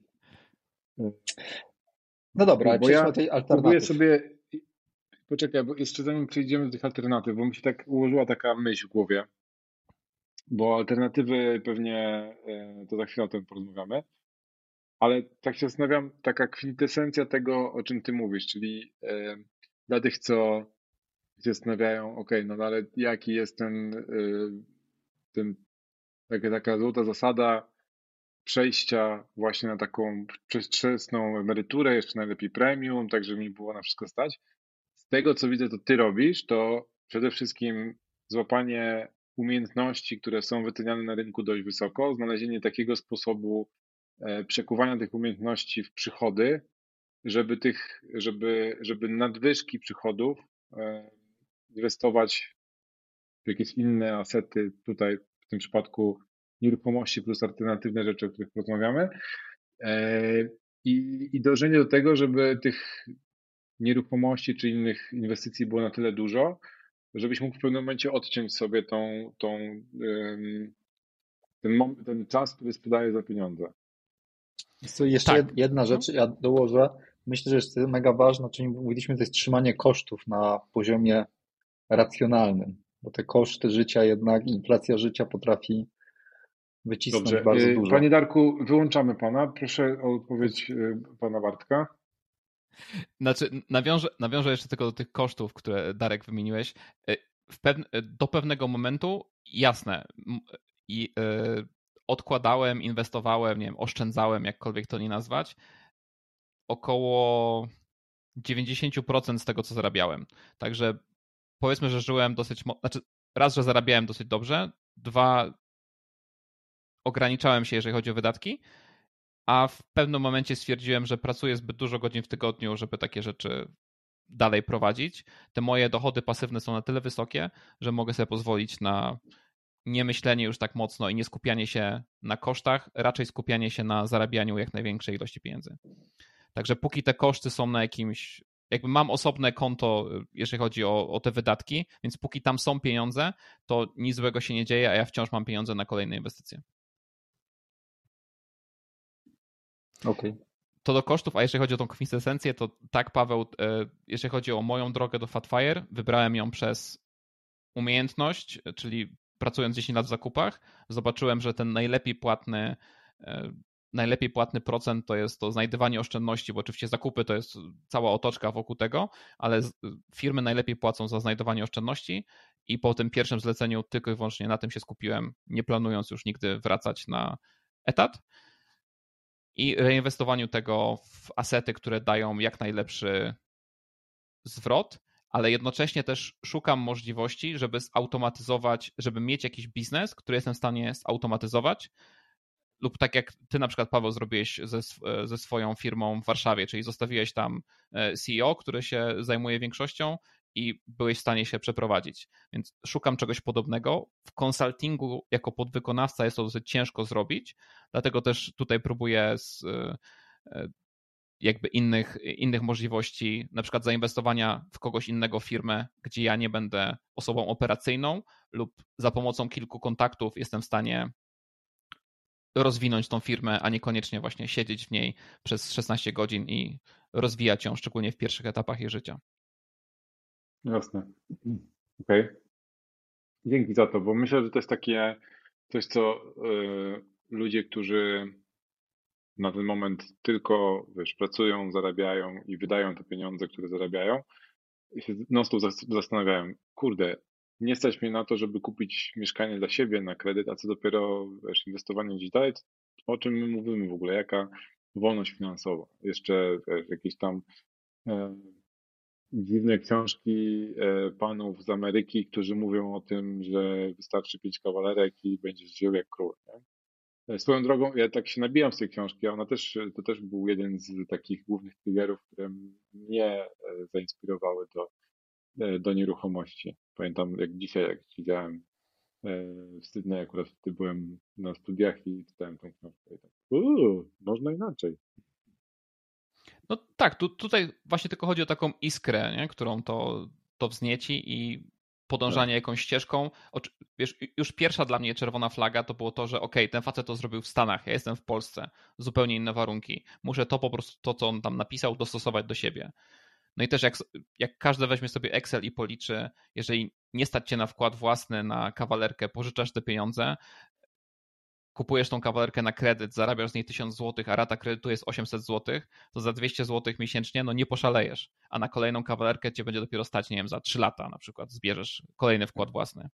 no dobra, ale Bo przejdźmy ja do tej próbuję alternatywy. sobie, poczekaj, bo jeszcze zanim przejdziemy do tych alternatyw, bo mi się tak ułożyła taka myśl w głowie, bo alternatywy pewnie, e, to za chwilę o tym porozmawiamy, ale tak się zastanawiam, taka kwintesencja tego, o czym ty mówisz, czyli e, dla tych, co się zastanawiają, ok, no ale jaki jest ten, e, ten taka, taka złota zasada przejścia właśnie na taką wczesną emeryturę, jeszcze najlepiej premium, tak żeby mi było na wszystko stać. Z tego, co widzę, to ty robisz, to przede wszystkim złapanie umiejętności, które są wyceniane na rynku dość wysoko, znalezienie takiego sposobu e, przekuwania tych umiejętności w przychody, żeby tych, żeby, żeby nadwyżki przychodów e, inwestować w jakieś inne asety, tutaj w tym przypadku nieruchomości plus alternatywne rzeczy, o których porozmawiamy. E, I, i dążenie do tego, żeby tych nieruchomości czy innych inwestycji było na tyle dużo, żebyś mógł w pewnym momencie odciąć sobie tą, tą, ym, ten, mom- ten czas, który sprzedaje za pieniądze. Jest to jeszcze Tak. jed- jedna rzecz, ja dołożę. Myślę, że jest mega ważna, czyli mówiliśmy, to jest trzymanie kosztów na poziomie racjonalnym, bo te koszty życia jednak, inflacja życia potrafi wycisnąć Dobrze. bardzo Y, dużo. Panie Darku, wyłączamy pana. Proszę o odpowiedź y, pana Bartka. Znaczy, nawiążę, nawiążę jeszcze tylko do tych kosztów, które Darek wymieniłeś. W pew, do pewnego momentu, jasne, m- i y, odkładałem, inwestowałem, nie wiem, oszczędzałem, jakkolwiek to nie nazwać, około dziewięćdziesiąt procent z tego, co zarabiałem. Także powiedzmy, że żyłem dosyć, mo- znaczy raz, że zarabiałem dosyć dobrze, dwa, ograniczałem się, jeżeli chodzi o wydatki, a w pewnym momencie stwierdziłem, że pracuję zbyt dużo godzin w tygodniu, żeby takie rzeczy dalej prowadzić. Te moje dochody pasywne są na tyle wysokie, że mogę sobie pozwolić na nie myślenie już tak mocno i nie skupianie się na kosztach, raczej skupianie się na zarabianiu jak największej ilości pieniędzy. Także póki te koszty są na jakimś, jakby mam osobne konto, jeżeli chodzi o, o te wydatki, więc póki tam są pieniądze, to nic złego się nie dzieje, a ja wciąż mam pieniądze na kolejne inwestycje. Okej. To do kosztów, a jeżeli chodzi o tą kwintesencję, to tak, Paweł, jeżeli chodzi o moją drogę do Fatfire, wybrałem ją przez umiejętność, czyli pracując dziesięć lat w zakupach, zobaczyłem, że ten najlepiej płatny, najlepiej płatny procent to jest to znajdywanie oszczędności, bo oczywiście zakupy to jest cała otoczka wokół tego, ale firmy najlepiej płacą za znajdowanie oszczędności i po tym pierwszym zleceniu tylko i wyłącznie na tym się skupiłem, nie planując już nigdy wracać na etat. I reinwestowaniu tego w asety, które dają jak najlepszy zwrot, ale jednocześnie też szukam możliwości, żeby zautomatyzować, żeby mieć jakiś biznes, który jestem w stanie zautomatyzować, lub tak jak ty na przykład, Paweł, zrobiłeś ze, ze swoją firmą w Warszawie, czyli zostawiłeś tam C E O, który się zajmuje większością i byłeś w stanie się przeprowadzić. Więc szukam czegoś podobnego. W konsultingu jako podwykonawca jest to dosyć ciężko zrobić, dlatego też tutaj próbuję z jakby innych, innych możliwości, na przykład zainwestowania w kogoś innego firmę, gdzie ja nie będę osobą operacyjną lub za pomocą kilku kontaktów jestem w stanie rozwinąć tą firmę, a niekoniecznie właśnie siedzieć w niej przez szesnaście godzin i rozwijać ją, szczególnie w pierwszych etapach jej życia. Jasne. Okej. Okay. Dzięki za to, bo myślę, że to jest takie coś, co y, ludzie, którzy na ten moment tylko, wiesz, pracują, zarabiają i wydają te pieniądze, które zarabiają, i się non-stop zastanawiają, kurde, nie stać mnie na to, żeby kupić mieszkanie dla siebie na kredyt, a co dopiero, wiesz, inwestowanie gdzieś dalej, o czym my mówimy w ogóle, jaka wolność finansowa, jeszcze, wiesz, jakieś tam e, dziwne książki e, panów z Ameryki, którzy mówią o tym, że wystarczy pięć kawalerek i będziesz żył jak król. Nie? E, Swoją drogą, ja tak się nabijam z tej książki, a ona też, to też był jeden z takich głównych triggerów, które mnie e, zainspirowały do, e, do nieruchomości. Pamiętam jak dzisiaj, jak siedziałem e, w Sydney, akurat wtedy byłem na studiach i czytałem tą książkę i tak, uuu, można inaczej. No tak, tu, tutaj właśnie tylko chodzi o taką iskrę, nie? Którą to, to wznieci i podążanie jakąś ścieżką. Oczy- Wiesz, już pierwsza dla mnie czerwona flaga to było to, że okej, okay, ten facet to zrobił w Stanach, ja jestem w Polsce, zupełnie inne warunki. Muszę to po prostu, to co on tam napisał, dostosować do siebie. No i też jak, jak każdy weźmie sobie Excel i policzy, jeżeli nie stać cię na wkład własny, na kawalerkę, pożyczasz te pieniądze, kupujesz tą kawalerkę na kredyt, zarabiasz z niej tysiąc złotych, a rata kredytu jest osiemset złotych, to za dwieście złotych miesięcznie no nie poszalejesz, a na kolejną kawalerkę cię będzie dopiero stać, nie wiem, za trzy lata na przykład zbierzesz kolejny wkład własny.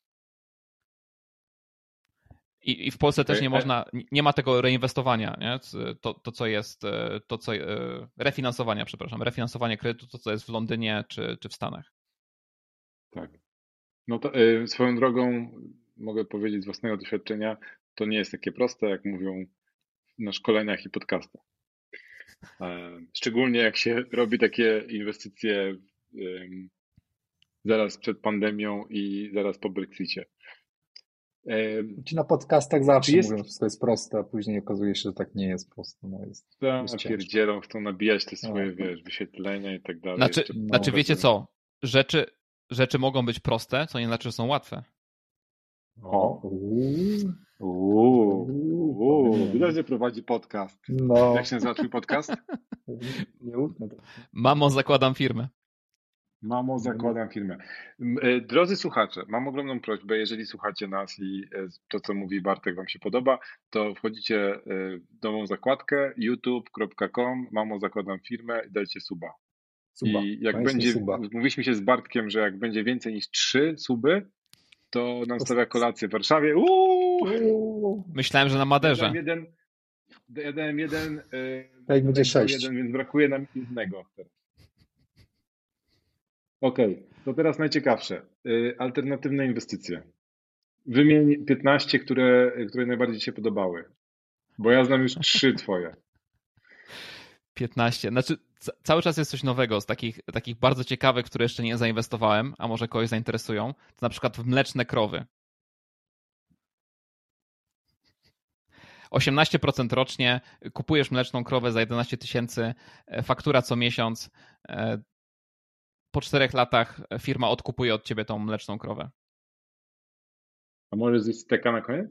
I, i w Polsce też nie można, nie ma tego reinwestowania, nie? To, to co jest, to co, refinansowania, przepraszam, refinansowanie kredytu, to co jest w Londynie czy, czy w Stanach. Tak. No to y, swoją drogą mogę powiedzieć z własnego doświadczenia, to nie jest takie proste, jak mówią na szkoleniach i podcastach. E, Szczególnie jak się robi takie inwestycje ym, zaraz przed pandemią i zaraz po Brexicie. E, Ci na podcastach zawsze Jest- mówią, że wszystko jest proste, a później okazuje się, że tak nie jest proste. No jest, Tam jest ciężko. pierdzielą, chcą nabijać te swoje, No. wiesz, wyświetlenia i tak dalej. Znaczy, Jeszcze no, znaczy wiecie pokazują. co, rzeczy, rzeczy mogą być proste, co nie znaczy, że są łatwe. O, uuu, Uuu, uuu, uuu, powiem. widać, że prowadzi podcast. No, Jak się nazywa twój podcast? nieufne to. Mamo, zakładam firmę. Mamo, zakładam firmę. M, e, Drodzy słuchacze, mam ogromną prośbę, jeżeli słuchacie nas i e, to, co mówi Bartek, wam się podoba, to wchodzicie e, w nową zakładkę youtube kropka com, mamo, zakładam firmę i dajcie suba. Suba. I jak Koniecznie będzie, suba. mówiliśmy się z Bartkiem, że jak będzie więcej niż trzy suby, to nam stawia kolację w Warszawie. Uuu! Uuu. Myślałem, że na Ja Maderze. dałem jeden, ja dałem jeden, e, Tak będzie dałem sześć. jeden, więc brakuje nam jednego teraz. Okej, to teraz najciekawsze. Y, Alternatywne inwestycje. Wymień piętnaście, które, które najbardziej ci się podobały. Bo ja znam już trzy twoje. piętnaście. Znaczy, ca- cały czas jest coś nowego z takich, takich bardzo ciekawych, które jeszcze nie zainwestowałem, a może kogoś zainteresują. To na przykład w mleczne krowy. osiemnaście procent rocznie, kupujesz mleczną krowę za jedenaście tysięcy, e, faktura co miesiąc. e, Po czterech latach firma odkupuje od ciebie tą mleczną krowę. A może zjeść steka na koniec?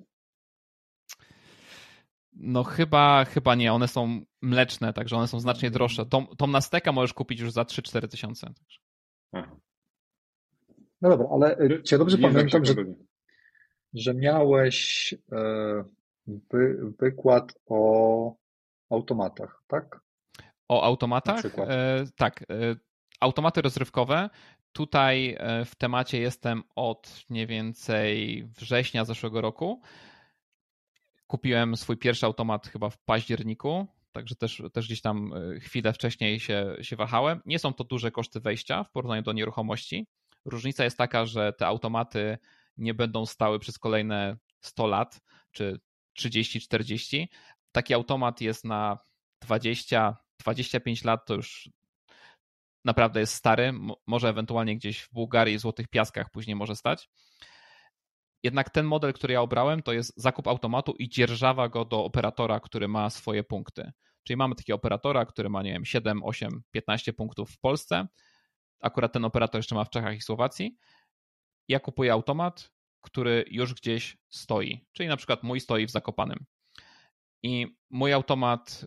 No chyba, chyba nie, one są mleczne, także one są znacznie droższe. Tą, tą na steka możesz kupić już za trzy cztery tysiące. Aha. No dobra, ale y, czy ja dobrze Nie znam pamiętam, się że, kompletnie. że miałeś e, wy, wykład o automatach, tak? O automatach? Na przykład. E, tak, e, automaty rozrywkowe. Tutaj e, w temacie jestem od mniej więcej września zeszłego roku. Kupiłem swój pierwszy automat chyba w październiku, także też, też gdzieś tam e, chwilę wcześniej się, się wahałem. Nie są to duże koszty wejścia w porównaniu do nieruchomości. Różnica jest taka, że te automaty nie będą stały przez kolejne sto lat czy trzydzieści czterdzieści. Taki automat jest na dwadzieścia dwadzieścia pięć lat, to już naprawdę jest stary, może ewentualnie gdzieś w Bułgarii, Złotych Piaskach później może stać. Jednak ten model, który ja obrałem, to jest zakup automatu i dzierżawa go do operatora, który ma swoje punkty. Czyli mamy takiego operatora, który ma, nie wiem, siedem, osiem, piętnaście punktów w Polsce. Akurat ten operator jeszcze ma w Czechach i Słowacji. Ja kupuję automat, który już gdzieś stoi. Czyli na przykład mój stoi w Zakopanem. I mój automat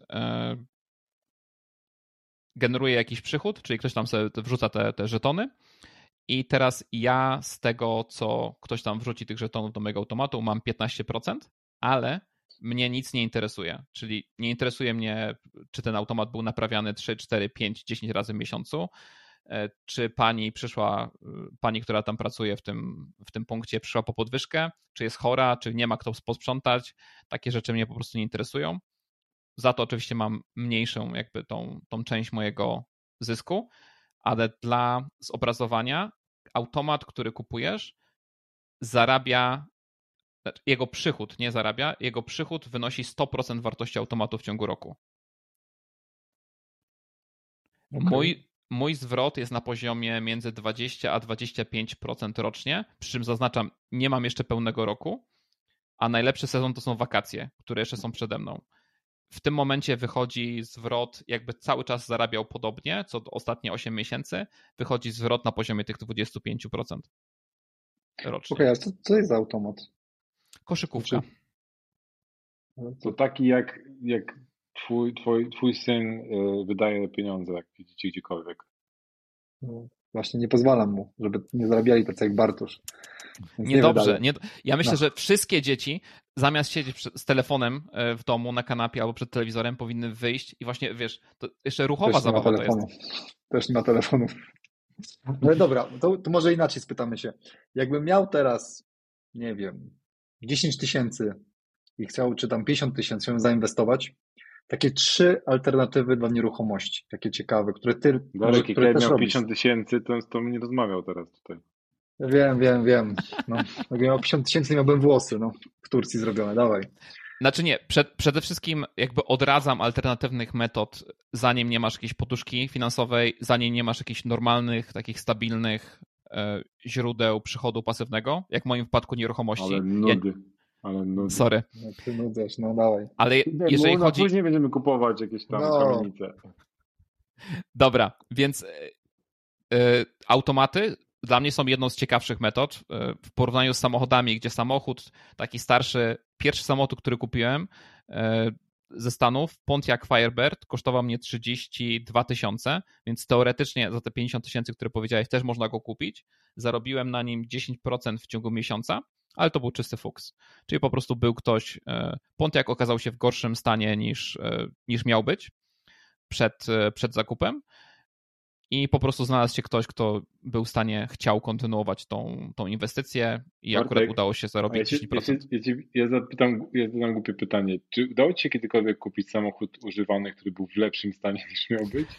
generuje jakiś przychód, czyli ktoś tam sobie wrzuca te, te żetony i teraz ja z tego, co ktoś tam wrzuci tych żetonów do mojego automatu, mam piętnaście procent, ale mnie nic nie interesuje, czyli nie interesuje mnie, czy ten automat był naprawiany trzy, cztery, pięć, dziesięć razy w miesiącu, czy pani przyszła, pani, która tam pracuje w tym, w tym punkcie, przyszła po podwyżkę, czy jest chora, czy nie ma kto posprzątać, takie rzeczy mnie po prostu nie interesują. Za to oczywiście mam mniejszą jakby tą, tą część mojego zysku, ale dla zobrazowania automat, który kupujesz, zarabia, znaczy jego przychód nie zarabia, jego przychód wynosi sto procent wartości automatu w ciągu roku. Okay. Mój, mój zwrot jest na poziomie między dwadzieścia a dwadzieścia pięć procent rocznie, przy czym zaznaczam, nie mam jeszcze pełnego roku, a najlepszy sezon to są wakacje, które jeszcze są przede mną. W tym momencie wychodzi zwrot, jakby cały czas zarabiał podobnie, co ostatnie osiem miesięcy, wychodzi zwrot na poziomie tych dwadzieścia pięć procent rocznie. Okej, okay, a co, co jest za automat? Koszykówka. To taki jak, jak twój, twój, twój syn wydaje pieniądze, jak widzicie gdziekolwiek. No, właśnie nie pozwalam mu, żeby nie zarabiali tacy jak Bartosz. Niedobrze. Nie, ja myślę, no. że wszystkie dzieci zamiast siedzieć z telefonem w domu, na kanapie albo przed telewizorem powinny wyjść i właśnie, wiesz, to jeszcze ruchowa Też zabawa to jest. Też nie ma telefonu. No dobra, to, to może inaczej spytamy się. Jakbym miał teraz, nie wiem, dziesięć tysięcy i chciał, czy tam pięćdziesiąt tysięcy, chciałbym zainwestować, takie trzy alternatywy dla nieruchomości, takie ciekawe, które ty Darek, które jak też miał robisz. pięćdziesiąt tysięcy, to, to bym nie rozmawiał teraz tutaj. Wiem, wiem, wiem. No, jakbym miał pięćdziesiąt tysięcy, miałbym włosy, no, w Turcji zrobione, dawaj. Znaczy nie, przed, przede wszystkim jakby odradzam alternatywnych metod, zanim nie masz jakiejś poduszki finansowej, zanim nie masz jakichś normalnych, takich stabilnych e, źródeł przychodu pasywnego, jak w moim wypadku nieruchomości. Ale nudy, ja... ale nudy. Sorry. No, ty nudzasz, no dawaj. Ale Nie, jeżeli no, chodzi... później będziemy kupować jakieś tam No. kamienice. Dobra, więc e, automaty dla mnie są jedną z ciekawszych metod w porównaniu z samochodami, gdzie samochód taki starszy, pierwszy samochód, który kupiłem ze Stanów, Pontiac Firebird, kosztował mnie trzydzieści dwa tysiące, więc teoretycznie za te pięćdziesiąt tysięcy, które powiedziałeś, też można go kupić. Zarobiłem na nim dziesięć procent w ciągu miesiąca, ale to był czysty fuks. Czyli po prostu był ktoś, Pontiac okazał się w gorszym stanie niż, niż miał być przed, przed zakupem. I po prostu znalazł się ktoś, kto był w stanie, chciał kontynuować tą, tą inwestycję i Bartek, akurat udało się zarobić ja, ci, dziesięć procent. Ja, ci, ja, ci, ja, zapytam, ja zadam głupie pytanie. Czy udało ci się kiedykolwiek kupić samochód używany, który był w lepszym stanie niż miał być?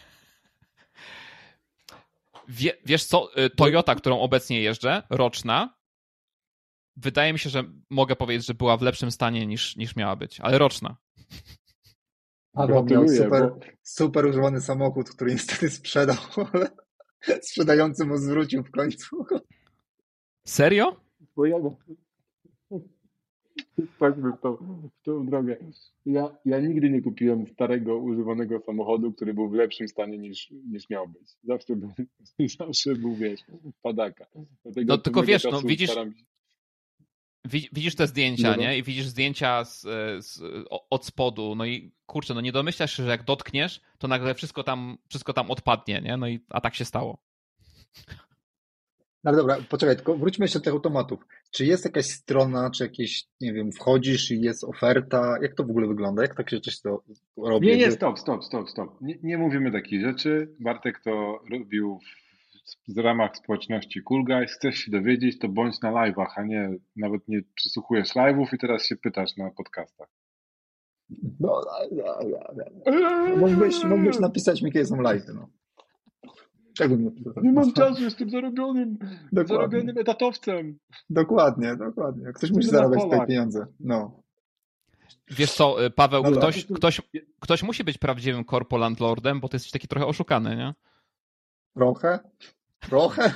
Wie, wiesz co, Toyota, którą obecnie jeżdżę, roczna, wydaje mi się, że mogę powiedzieć, że była w lepszym stanie niż, niż miała być, ale roczna. Paweł miał super, bo... super używany samochód, który niestety sprzedał, ale sprzedający mu zwrócił w końcu. Serio? Bo ja... Chodźmy w tą, w tą drogę. Ja, ja nigdy nie kupiłem starego, używanego samochodu, który był w lepszym stanie niż, niż miał być. Zawsze był, zawsze był, wiesz, padaka. Dlatego no tylko wiesz, no widzisz... Staram... Widzisz te zdjęcia, nie? I widzisz zdjęcia z, z, od spodu, no i kurczę, no nie domyślasz się, że jak dotkniesz, to nagle wszystko tam, wszystko tam odpadnie, nie? No i a tak się stało. No ale dobra, poczekaj, tylko wróćmy jeszcze do tych automatów. Czy jest jakaś strona, czy jakieś, nie wiem, wchodzisz i jest oferta? Jak to w ogóle wygląda? Jak takie rzeczy to robi? Nie, nie, stop, stop, stop, stop. Nie, nie mówimy takich rzeczy. Bartek to robił w, w ramach społeczności Cool Guys. Chcesz się dowiedzieć, to bądź na live'ach, a nie nawet nie przysłuchujesz live'ów i teraz się pytasz na podcastach. No, no, no, no. Mógłbyś, mógłbyś napisać mi, kiedy są live'y, no. Czego nie, nie mam czasu, jestem zarobionym, zarobionym etatowcem. Dokładnie, dokładnie. Ktoś musi zarabiać te pieniądze. No. Wiesz co, Paweł, no ktoś, ktoś, ktoś musi być prawdziwym korpo landlordem, bo ty jesteś taki trochę oszukany, nie? Trochę? Trochę?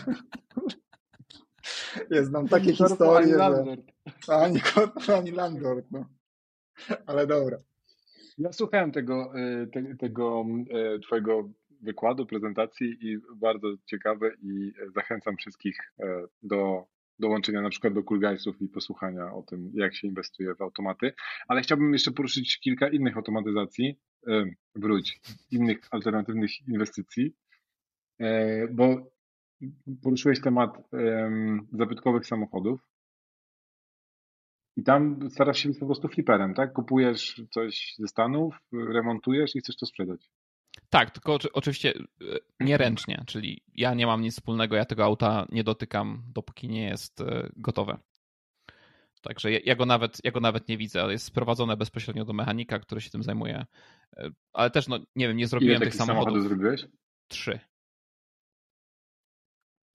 Jest nam takie historie, że... Landlord. Ani korpo, ani landlord, no. Ale dobra. Ja słuchałem tego, te, tego twojego wykładu, prezentacji i bardzo ciekawe i zachęcam wszystkich do dołączenia na przykład do Cool Guysów i posłuchania o tym, jak się inwestuje w automaty. Ale chciałbym jeszcze poruszyć kilka innych automatyzacji, wróć, innych alternatywnych inwestycji, bo poruszyłeś temat zabytkowych samochodów i tam starasz się być po prostu fliperem, tak? Kupujesz coś ze Stanów, remontujesz i chcesz to sprzedać. Tak, tylko oczywiście nieręcznie, czyli ja nie mam nic wspólnego, ja tego auta nie dotykam, dopóki nie jest gotowe. Także ja go nawet, ja go nawet nie widzę, ale jest sprowadzone bezpośrednio do mechanika, który się tym zajmuje. Ale też, no nie wiem, nie zrobiłem Ile tych samochodów. samochodów zrobiłeś? Trzy.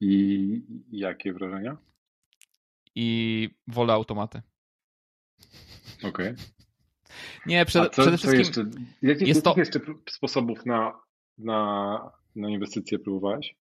I jakie wrażenia? I wolę automaty. Okej. Nie, A przede, co, przede co wszystkim jeszcze? Jakich, jest jakich to... jeszcze pró- sposobów na, na, na inwestycje próbowałeś?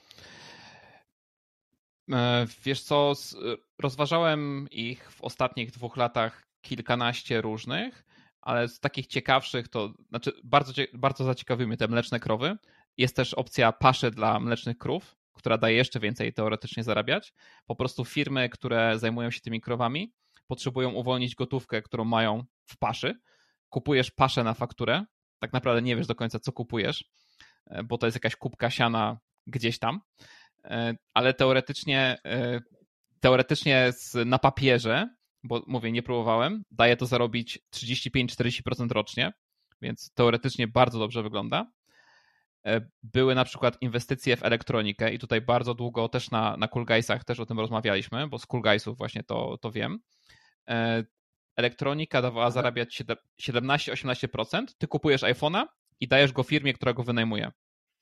E, Wiesz co, s- rozważałem ich w ostatnich dwóch latach kilkanaście różnych, ale z takich ciekawszych to, znaczy bardzo, cie- bardzo zaciekawiły mnie te mleczne krowy. Jest też opcja paszy dla mlecznych krów, która daje jeszcze więcej teoretycznie zarabiać. Po prostu firmy, które zajmują się tymi krowami, potrzebują uwolnić gotówkę, którą mają w paszy. Kupujesz paszę na fakturę, tak naprawdę nie wiesz do końca, co kupujesz, e, bo to jest jakaś kubka siana gdzieś tam, e, ale teoretycznie, e, teoretycznie z- na papierze, bo mówię, nie próbowałem, daje to zarobić trzydzieści pięć do czterdziestu procent rocznie, więc teoretycznie bardzo dobrze wygląda. E, Były na przykład inwestycje w elektronikę i tutaj bardzo długo też na, na Coolguysach też o tym rozmawialiśmy, bo z Coolguysów właśnie to, to wiem. E, Elektronika dawała zarabiać siedem- siedemnaście do osiemnastu procent. Ty kupujesz iPhone'a i dajesz go firmie, która go wynajmuje.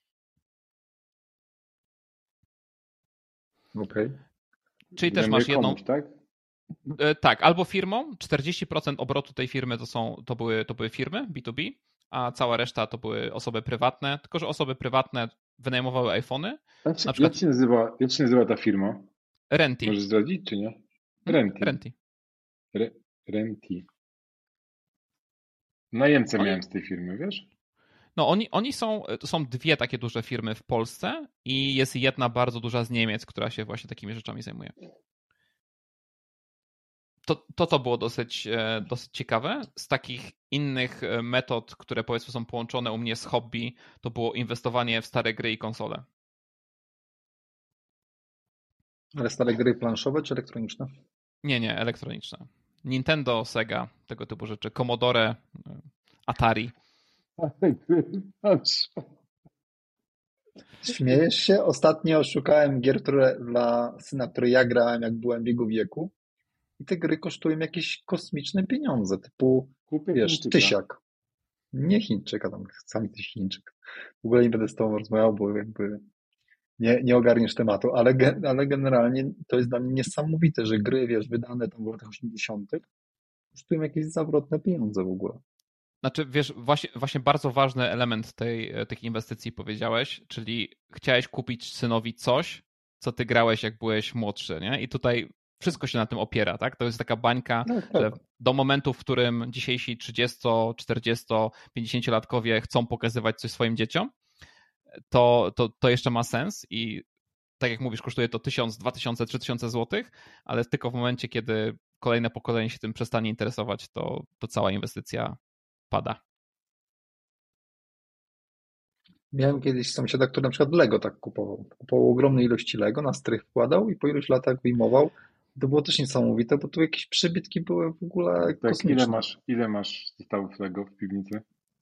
Okej. Czyli też Zajmuje masz jedną... komuś, tak? E, Tak, albo firmą, czterdzieści procent obrotu tej firmy to, są, to, były, to były firmy B dwa B, a cała reszta to były osoby prywatne, tylko że osoby prywatne wynajmowały iPhony, Jak się, na przykład jak się nazywa, jak się nazywa ta firma? Renty. Możesz zdradzić, czy nie? Hmm? Renty. Renty. Re, Renty. Najemcę Oni- miałem z tej firmy, wiesz? No oni, oni są, to są dwie takie duże firmy w Polsce i jest jedna bardzo duża z Niemiec, która się właśnie takimi rzeczami zajmuje. To to, to było dosyć, e, dosyć ciekawe. Z takich innych e, metod, które powiedzmy są połączone u mnie z hobby, to było inwestowanie w stare gry i konsole. Ale stare gry planszowe czy elektroniczne? Nie, nie, elektroniczne. Nintendo, Sega, tego typu rzeczy. Commodore, e, Atari. Śmiejesz się? Ostatnio szukałem gier, które dla syna, które ja grałem, jak byłem w jego wieku. I te gry kosztują jakieś kosmiczne pieniądze, typu, Kupię wiesz, Chińczyka. tysiak. Nie Chińczyka, tam sam ty Chińczyk. W ogóle nie będę z tobą rozmawiał, bo jakby nie, nie ogarniesz tematu, ale, ge- ale generalnie to jest dla mnie niesamowite, że gry, wiesz, wydane tam w latach osiemdziesiątych kosztują jakieś zawrotne pieniądze w ogóle. Znaczy, wiesz, właśnie, właśnie bardzo ważny element tej, tych inwestycji powiedziałeś, czyli chciałeś kupić synowi coś, co ty grałeś, jak byłeś młodszy, nie? I tutaj wszystko się na tym opiera, tak? To jest taka bańka, No, że tak. do momentu, w którym dzisiejsi trzydziesto, czterdziesto, pięćdziesięciolatkowie chcą pokazywać coś swoim dzieciom, to, to, to jeszcze ma sens i tak jak mówisz, kosztuje to tysiąc, dwa tysiące, trzy tysiące złotych, ale tylko w momencie, kiedy kolejne pokolenie się tym przestanie interesować, to, to cała inwestycja pada. Miałem kiedyś sąsiada, który na przykład Lego tak kupował. Kupował ogromne ilości Lego, na strych wkładał i po iluś latach wyjmował. To było też niesamowite, bo tu jakieś przybytki były w ogóle Tak, kosmiczne. ile masz, ile masz zestawów Lego w piwnicy?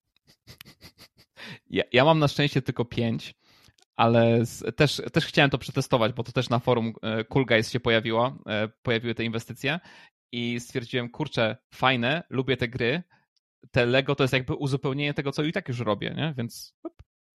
Ja, ja mam na szczęście tylko pięć, ale z, też, też chciałem to przetestować, bo to też na forum e, Cool Guys się pojawiło, e, pojawiły te inwestycje i stwierdziłem, kurczę, fajne, lubię te gry, te Lego to jest jakby uzupełnienie tego, co i tak już robię, nie? Więc hop.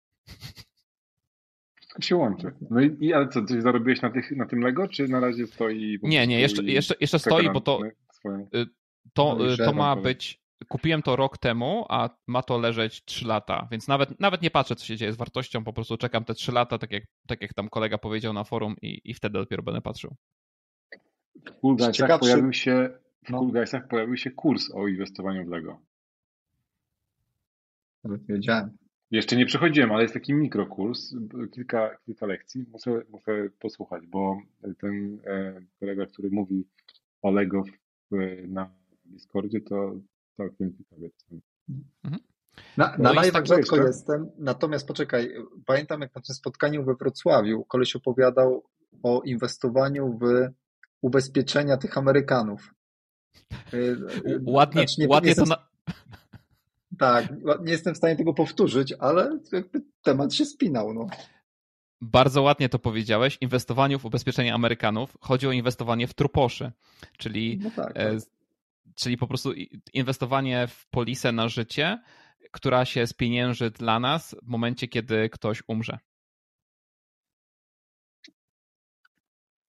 Wszystko się łączy. No i, i ale co, coś zarobiłeś na, tych, na tym Lego, czy na razie stoi po Nie, prostu nie, jeszcze, i jeszcze, jeszcze czeka stoi, na- bo to, na swoją... to, Dojrzewa, to ma powiem. być, kupiłem to rok temu, a ma to leżeć trzy lata, więc nawet, nawet nie patrzę, co się dzieje z wartością, po prostu czekam te trzy lata, tak jak, tak jak tam kolega powiedział na forum i, i wtedy dopiero będę patrzył. W Cool Guysach Ciekawszy- pojawił się, w No. Cool Guysach pojawił się kurs o inwestowaniu w Lego. Nawet nie wiedziałem. Jeszcze nie przechodziłem, ale jest taki mikrokurs, kilka, kilka lekcji. Muszę, muszę posłuchać, bo ten e, kolega, który mówi o Lego w, na Discordzie, to całkiem ciekawie. Na, No na i live'ach tak rzadko jeszcze? jestem, natomiast poczekaj, pamiętam jak na tym spotkaniu we Wrocławiu koleś opowiadał o inwestowaniu w ubezpieczenia tych Amerykanów. Yy, U- Ładnie, znaczy nie- ładnie nie to jestem- na... Tak, nie jestem w stanie tego powtórzyć, ale jakby temat się spinał. No. Bardzo ładnie to powiedziałeś. Inwestowaniu w ubezpieczenia Amerykanów. Chodzi o inwestowanie w truposzy, czyli, No tak, e, tak. czyli po prostu i- inwestowanie w polisę na życie, która się spienięży dla nas w momencie, kiedy ktoś umrze.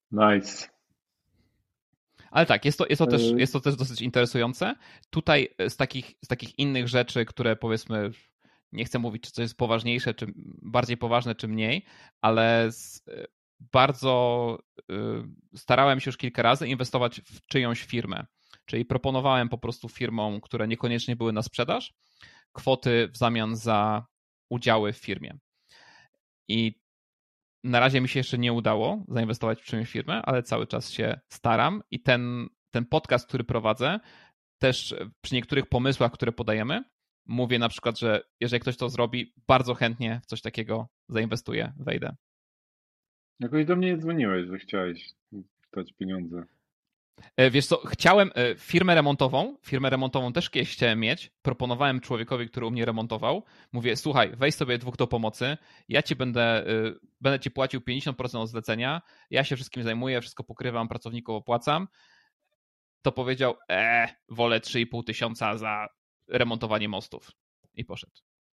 Nice. Ale tak, jest to, jest to, też, Yy. jest to też dosyć interesujące. Tutaj z takich, z takich innych rzeczy, które powiedzmy, nie chcę mówić, czy coś jest poważniejsze, czy bardziej poważne, czy mniej, ale z, bardzo y, starałem się już kilka razy inwestować w czyjąś firmę. Czyli proponowałem po prostu firmom, które niekoniecznie były na sprzedaż, kwoty w zamian za udziały w firmie. I na razie mi się jeszcze nie udało zainwestować w czyjąś firmę, ale cały czas się staram i ten, ten podcast, który prowadzę, też przy niektórych pomysłach, które podajemy, mówię na przykład, że jeżeli ktoś to zrobi, bardzo chętnie w coś takiego zainwestuję, wejdę. Jakoś do mnie nie dzwoniłeś, że chciałeś dać pieniądze. Wiesz co, chciałem firmę remontową, firmę remontową też kiedyś chciałem mieć, proponowałem człowiekowi, który u mnie remontował, mówię, słuchaj, weź sobie dwóch do pomocy, ja ci będę, będę ci płacił pięćdziesiąt procent od zlecenia, ja się wszystkim zajmuję, wszystko pokrywam, pracowników opłacam, to powiedział, e, wolę trzy i pół tysiąca za remontowanie mostów i poszedł.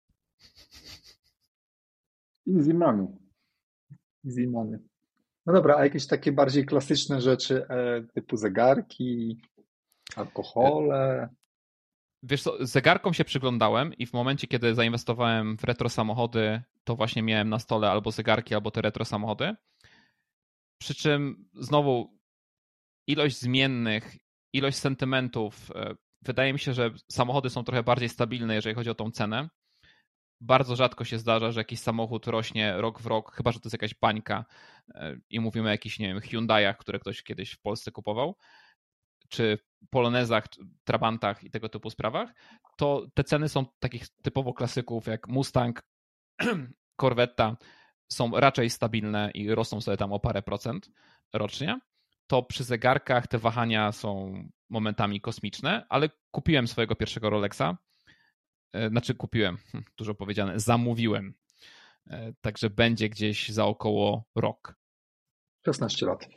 Easy money. Easy money. No dobra, a jakieś takie bardziej klasyczne rzeczy e, typu zegarki, alkohole? Wiesz co, zegarkom się przyglądałem i w momencie, kiedy zainwestowałem w retro samochody, to właśnie miałem na stole albo zegarki, albo te retro samochody. Przy czym znowu ilość zmiennych, ilość sentymentów. Wydaje mi się, że samochody są trochę bardziej stabilne, jeżeli chodzi o tą cenę. Bardzo rzadko się zdarza, że jakiś samochód rośnie rok w rok, chyba że to jest jakaś bańka i mówimy o jakichś, nie wiem, Hyundaiach, które ktoś kiedyś w Polsce kupował, czy Polonezach, Trabantach i tego typu sprawach, to te ceny są takich typowo klasyków jak Mustang, Corvetta, są raczej stabilne i rosną sobie tam o parę procent rocznie. To przy zegarkach te wahania są momentami kosmiczne, ale kupiłem swojego pierwszego Rolexa, znaczy kupiłem, dużo powiedziane, zamówiłem, także będzie gdzieś za około rok. szesnaście lat.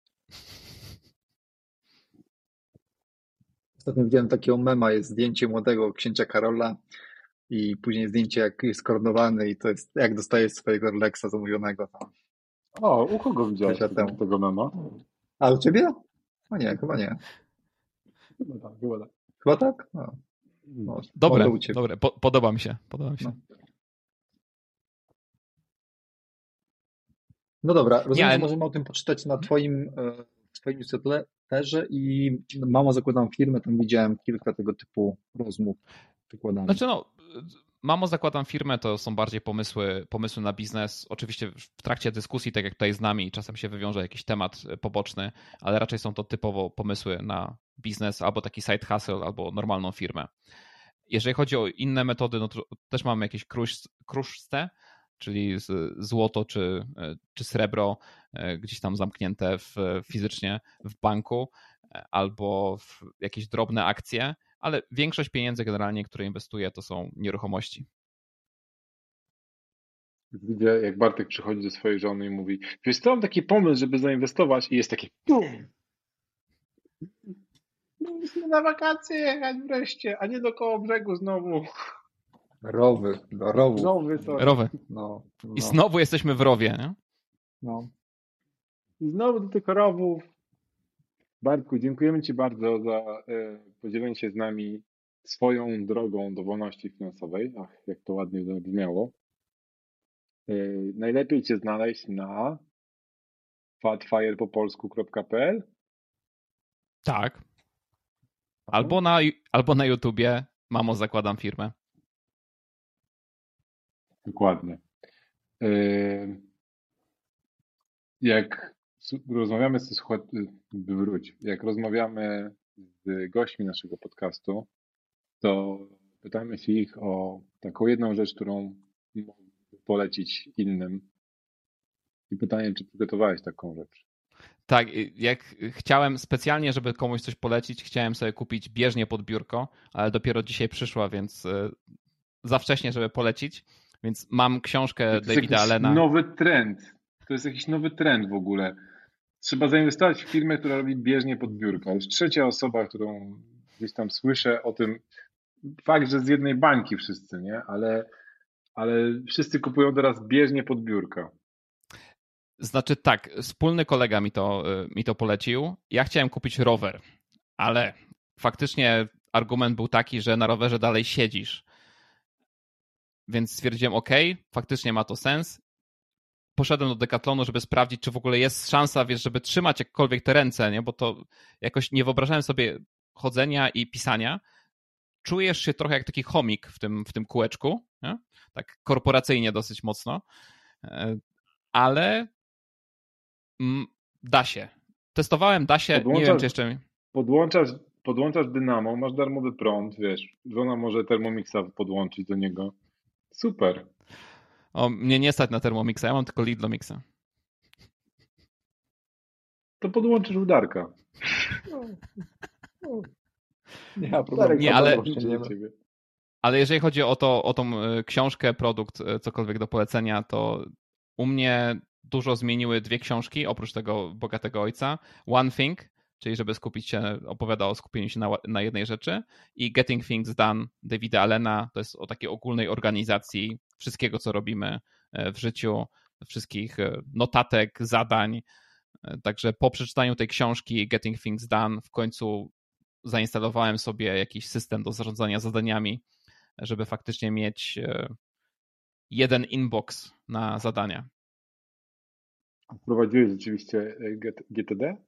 Ostatnio widziałem takiego mema, jest zdjęcie młodego księcia Karola i później zdjęcie jak jest koronowany i to jest jak dostaje swojego Rolexa zamówionego tam. O, u kogo widziałeś Sześć lat tego, temu. tego mema? A u ciebie? O nie, chyba nie. Chyba tak, chyba tak. Chyba tak? No. No, Dobre, może u ciebie. dobre. Po, podoba mi się, podoba mi się. No. No dobra, rozumiem, Nie, ale- że możemy o tym poczytać na twoim, e, twoim newsletterze i mamo zakładam firmę, tam widziałem kilka tego typu rozmów wykładanych. Znaczy no, mamo zakładam firmę, to są bardziej pomysły, pomysły na biznes. Oczywiście w trakcie dyskusji, tak jak tutaj z nami, czasem się wywiąże jakiś temat poboczny, ale raczej są to typowo pomysły na biznes albo taki side hustle, albo normalną firmę. Jeżeli chodzi o inne metody, no to też mamy jakieś krusz- kruszce, czyli z- złoto czy, czy srebro gdzieś tam zamknięte w, fizycznie w banku albo w jakieś drobne akcje, ale większość pieniędzy generalnie, które inwestuję, to są nieruchomości. Widzę, jak Bartek przychodzi do swojej żony i mówi, wiesz co, mam taki pomysł, żeby zainwestować i jest taki pum. Musimy na wakacje jechać wreszcie, a nie do koło brzegu znowu. Rowy, do rowu. Nowy, sorry. Rowy. No, no, I znowu jesteśmy w rowie, nie? no. I znowu do tych rowów. Bartku, dziękujemy Ci bardzo za e, podzielenie się z nami swoją drogą do wolności finansowej. Ach, jak to ładnie zabrzmiało. E, najlepiej Cię znaleźć na fatfire po polsku kropka p l. Tak. Albo na, albo na YouTubie mamo zakładam firmę. Dokładnie. E, jak s- rozmawiamy z słuchaczami, wróć, jak rozmawiamy z gośćmi naszego podcastu, to pytamy się ich o taką jedną rzecz, którą mógłby polecić innym. I pytanie, czy przygotowałeś taką rzecz? Tak, jak chciałem specjalnie, żeby komuś coś polecić, chciałem sobie kupić bieżnię pod biurko, ale dopiero dzisiaj przyszła, więc e, za wcześnie, żeby polecić. Więc mam książkę To jest Davida jakiś Allena. nowy trend. To jest jakiś nowy trend w ogóle. Trzeba zainwestować w firmę, która robi bieżnię pod biurko. Już trzecia osoba, którą gdzieś tam słyszę o tym. Fakt, że z jednej bańki wszyscy, nie? Ale, ale wszyscy kupują teraz bieżnię pod biurko. Znaczy tak, wspólny kolega mi to, mi to polecił. Ja chciałem kupić rower, ale faktycznie argument był taki, że na rowerze dalej siedzisz. Więc stwierdziłem, ok, faktycznie ma to sens. Poszedłem do Decathlonu, żeby sprawdzić, czy w ogóle jest szansa, wiesz, żeby trzymać jakkolwiek te ręce, nie? Bo to jakoś nie wyobrażałem sobie chodzenia i pisania. Czujesz się trochę jak taki chomik w tym, w tym kółeczku, nie? Tak korporacyjnie dosyć mocno, ale da się. Testowałem, da się, nie wiem, czy jeszcze... Podłączasz, podłączasz dynamo, masz darmowy prąd, wiesz, żona może Thermomixa podłączyć do niego. Super. O, mnie nie stać na Thermomixa, ja mam tylko Lidlomixa. To podłączysz udarka. No, no. Nie ma problemu. Nie, ale, ale jeżeli chodzi o, to, o tą książkę, produkt, cokolwiek do polecenia, to u mnie dużo zmieniły dwie książki, oprócz tego Bogatego Ojca. One Thing, czyli żeby skupić się, opowiada o skupieniu się na, na jednej rzeczy, i Getting Things Done Davida Allena, to jest o takiej ogólnej organizacji wszystkiego, co robimy w życiu, wszystkich notatek, zadań. Także po przeczytaniu tej książki Getting Things Done w końcu zainstalowałem sobie jakiś system do zarządzania zadaniami, żeby faktycznie mieć jeden inbox na zadania. Wprowadziłeś rzeczywiście G T D?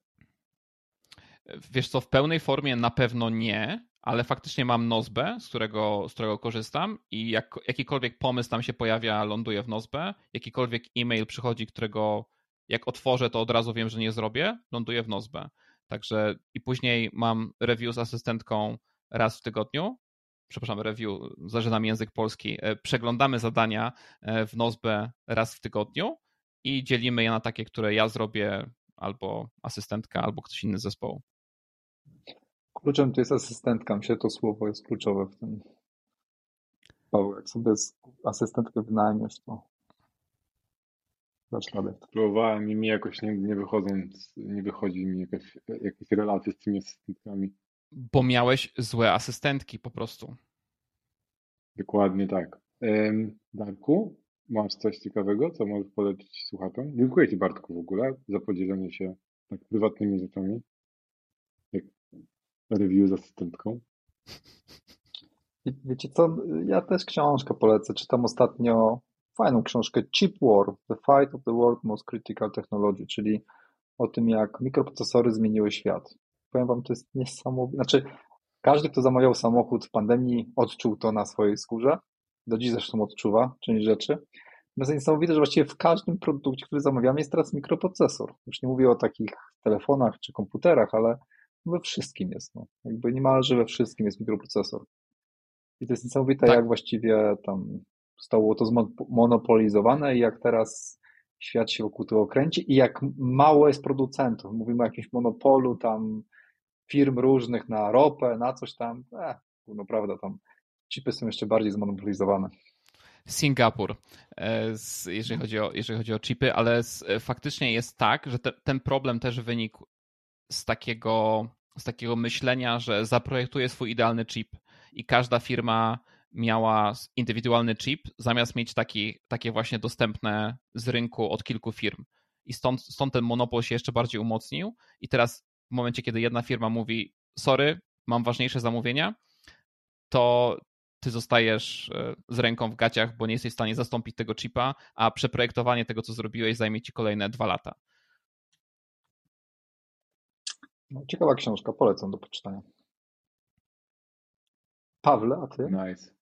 Wiesz co, w pełnej formie na pewno nie, ale faktycznie mam Nozbe, z którego, z którego korzystam i jak, jakikolwiek pomysł tam się pojawia, ląduje w Nozbe, jakikolwiek e-mail przychodzi, którego jak otworzę, to od razu wiem, że nie zrobię, ląduje w Nozbe. Także i później mam review z asystentką raz w tygodniu, przepraszam, review, zażynam język polski, przeglądamy zadania w Nozbe raz w tygodniu i dzielimy je na takie, które ja zrobię, albo asystentka, albo ktoś inny z zespołu. Kluczem to jest asystentka, myślę, że to słowo jest kluczowe w tym. Paweł, jak sobie asystentkę wynajmiesz, to dasz radę. Próbowałem i mi jakoś nie, nie wychodząc, nie wychodzi mi jakaś, jakieś relacje z tymi asystentkami. Bo miałeś złe asystentki po prostu. Dokładnie tak. Darku, masz coś ciekawego, co możesz polecić słuchaczom? Dziękuję Ci, Bartku, w ogóle za podzielenie się tak prywatnymi rzeczami, jak review z asystentką. Wiecie co, ja też książkę polecę. Czytam ostatnio fajną książkę Chip War, The Fight of the World's Most Critical Technology, czyli o tym, jak mikroprocesory zmieniły świat. Powiem wam, to jest niesamowite. Znaczy, każdy, kto zamawiał samochód w pandemii, odczuł to na swojej skórze. Do dziś zresztą odczuwa część rzeczy. No jest niesamowite, że właściwie w każdym produkcie, który zamawiamy, jest teraz mikroprocesor. Już nie mówię o takich telefonach czy komputerach, ale we wszystkim jest. No. Jakby niemalże we wszystkim jest mikroprocesor. I to jest niesamowite, tak. Jak właściwie tam zostało to zmonopolizowane i jak teraz świat się wokół tego kręci i jak mało jest producentów. Mówimy o jakimś monopolu tam firm różnych na ropę, na coś tam. Eh, no prawda, tam chipy są jeszcze bardziej zmonopolizowane. Singapur, jeżeli chodzi o, jeżeli chodzi o chipy, ale faktycznie jest tak, że te, ten problem też wynikł z takiego, z takiego myślenia, że zaprojektuje swój idealny chip i każda firma miała indywidualny chip, zamiast mieć taki, takie właśnie dostępne z rynku od kilku firm. I stąd, stąd ten monopol się jeszcze bardziej umocnił i teraz w momencie, kiedy jedna firma mówi sorry, mam ważniejsze zamówienia, to ty zostajesz z ręką w gaciach, bo nie jesteś w stanie zastąpić tego chipa, a przeprojektowanie tego, co zrobiłeś, zajmie ci kolejne dwa lata. No, ciekawa książka, polecam do poczytania. Pawle, a ty? Nice.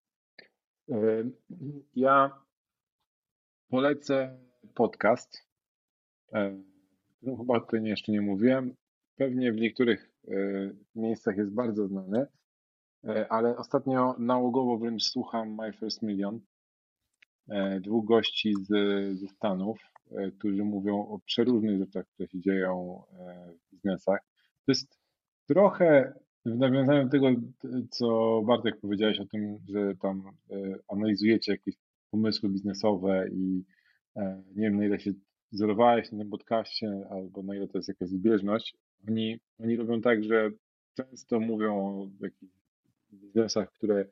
Ja polecę podcast. No, chyba to jeszcze nie mówiłem. Pewnie w niektórych miejscach jest bardzo znany, ale ostatnio nałogowo wręcz słucham My First Million. Dwóch gości z, ze Stanów, którzy mówią o przeróżnych rzeczach, które się dzieją w biznesach. To jest trochę w nawiązaniu do tego, co Bartek powiedziałeś o tym, że tam analizujecie jakieś pomysły biznesowe i nie wiem, na ile się wzorowałeś na tym podcaście, albo na ile to jest jakaś zbieżność. Oni, oni robią tak, że często mówią o jakichś biznesach, które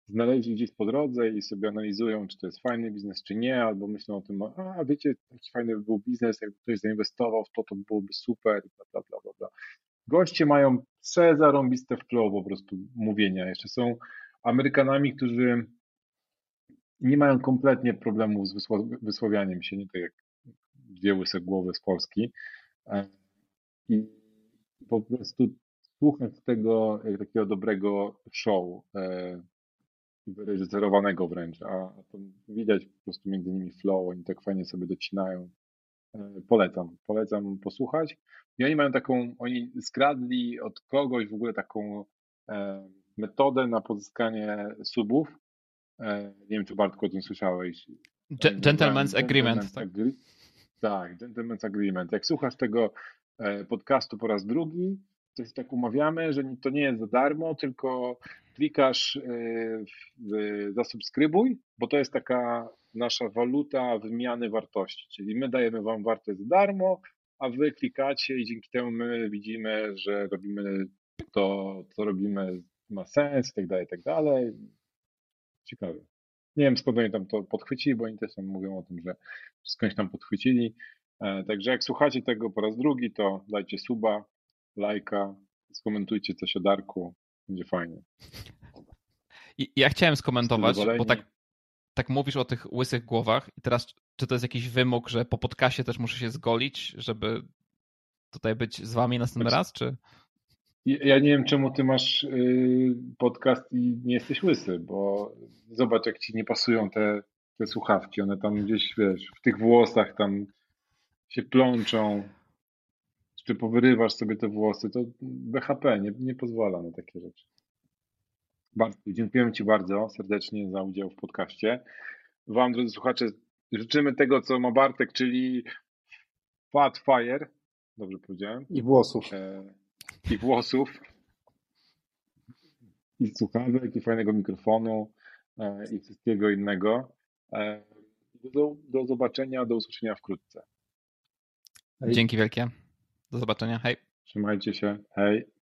znaleźli gdzieś po drodze i sobie analizują, czy to jest fajny biznes, czy nie, albo myślą o tym, a wiecie, taki fajny by był biznes, jakby ktoś zainwestował w to, to byłoby super, bla, bla, bla, bla, bla. Goście mają se zarąbiste flow po prostu mówienia. Jeszcze są Amerykanami, którzy nie mają kompletnie problemów z wysław- wysławianiem się, nie tak jak dwie łyse głowy z Polski. E, I po prostu słuchać tego jak takiego dobrego show, e, wyreżyserowanego wręcz, a a to widać po prostu między nimi flow, oni tak fajnie sobie docinają. E, Polecam, polecam posłuchać. I oni mają taką, oni skradli od kogoś w ogóle taką e, metodę na pozyskanie subów. E, nie wiem, czy Bartku o tym słyszałeś. Ge- Oni to nazywają Gentleman's Agreement, Gentleman's tak? Agree- tak, Gentleman's Agreement. Jak słuchasz tego e, podcastu po raz drugi, to się tak umawiamy, że to nie jest za darmo, tylko klikasz e, w, w zasubskrybuj, bo to jest taka nasza waluta wymiany wartości. Czyli my dajemy wam wartość za darmo, a wy klikacie i dzięki temu my widzimy, że robimy to, co robimy, ma sens i tak dalej, i tak dalej. Ciekawe. Nie wiem, skąd oni tam to podchwycili, bo oni też tam mówią o tym, że skądś tam podchwycili. E, Także jak słuchacie tego po raz drugi, to dajcie suba, lajka, skomentujcie coś o Darku, będzie fajnie. I ja chciałem skomentować, bo zadowoleni? tak, tak mówisz o tych łysych głowach i teraz czy to jest jakiś wymóg, że po podcaście też muszę się zgolić, żeby tutaj być z wami następny Znaczy- raz, czy... I- Ja nie wiem, czemu ty masz y, podcast i nie jesteś łysy, bo zobacz, jak ci nie pasują te, te słuchawki. One tam gdzieś, wiesz, w tych włosach tam się plączą. Czy powyrywasz sobie te włosy, to B H P nie, nie pozwala na takie rzeczy. Bartku, dziękujemy ci bardzo serdecznie za udział w podcaście. Wam, drodzy słuchacze, życzymy tego, co ma Bartek, czyli Fat Fire, dobrze powiedziałem, I włosów. e, i włosów, i słuchawek, i fajnego mikrofonu, e, i wszystkiego innego. E, do, do zobaczenia, do usłyszenia wkrótce. Hej. Dzięki wielkie. Do zobaczenia. Hej. Trzymajcie się. Hej.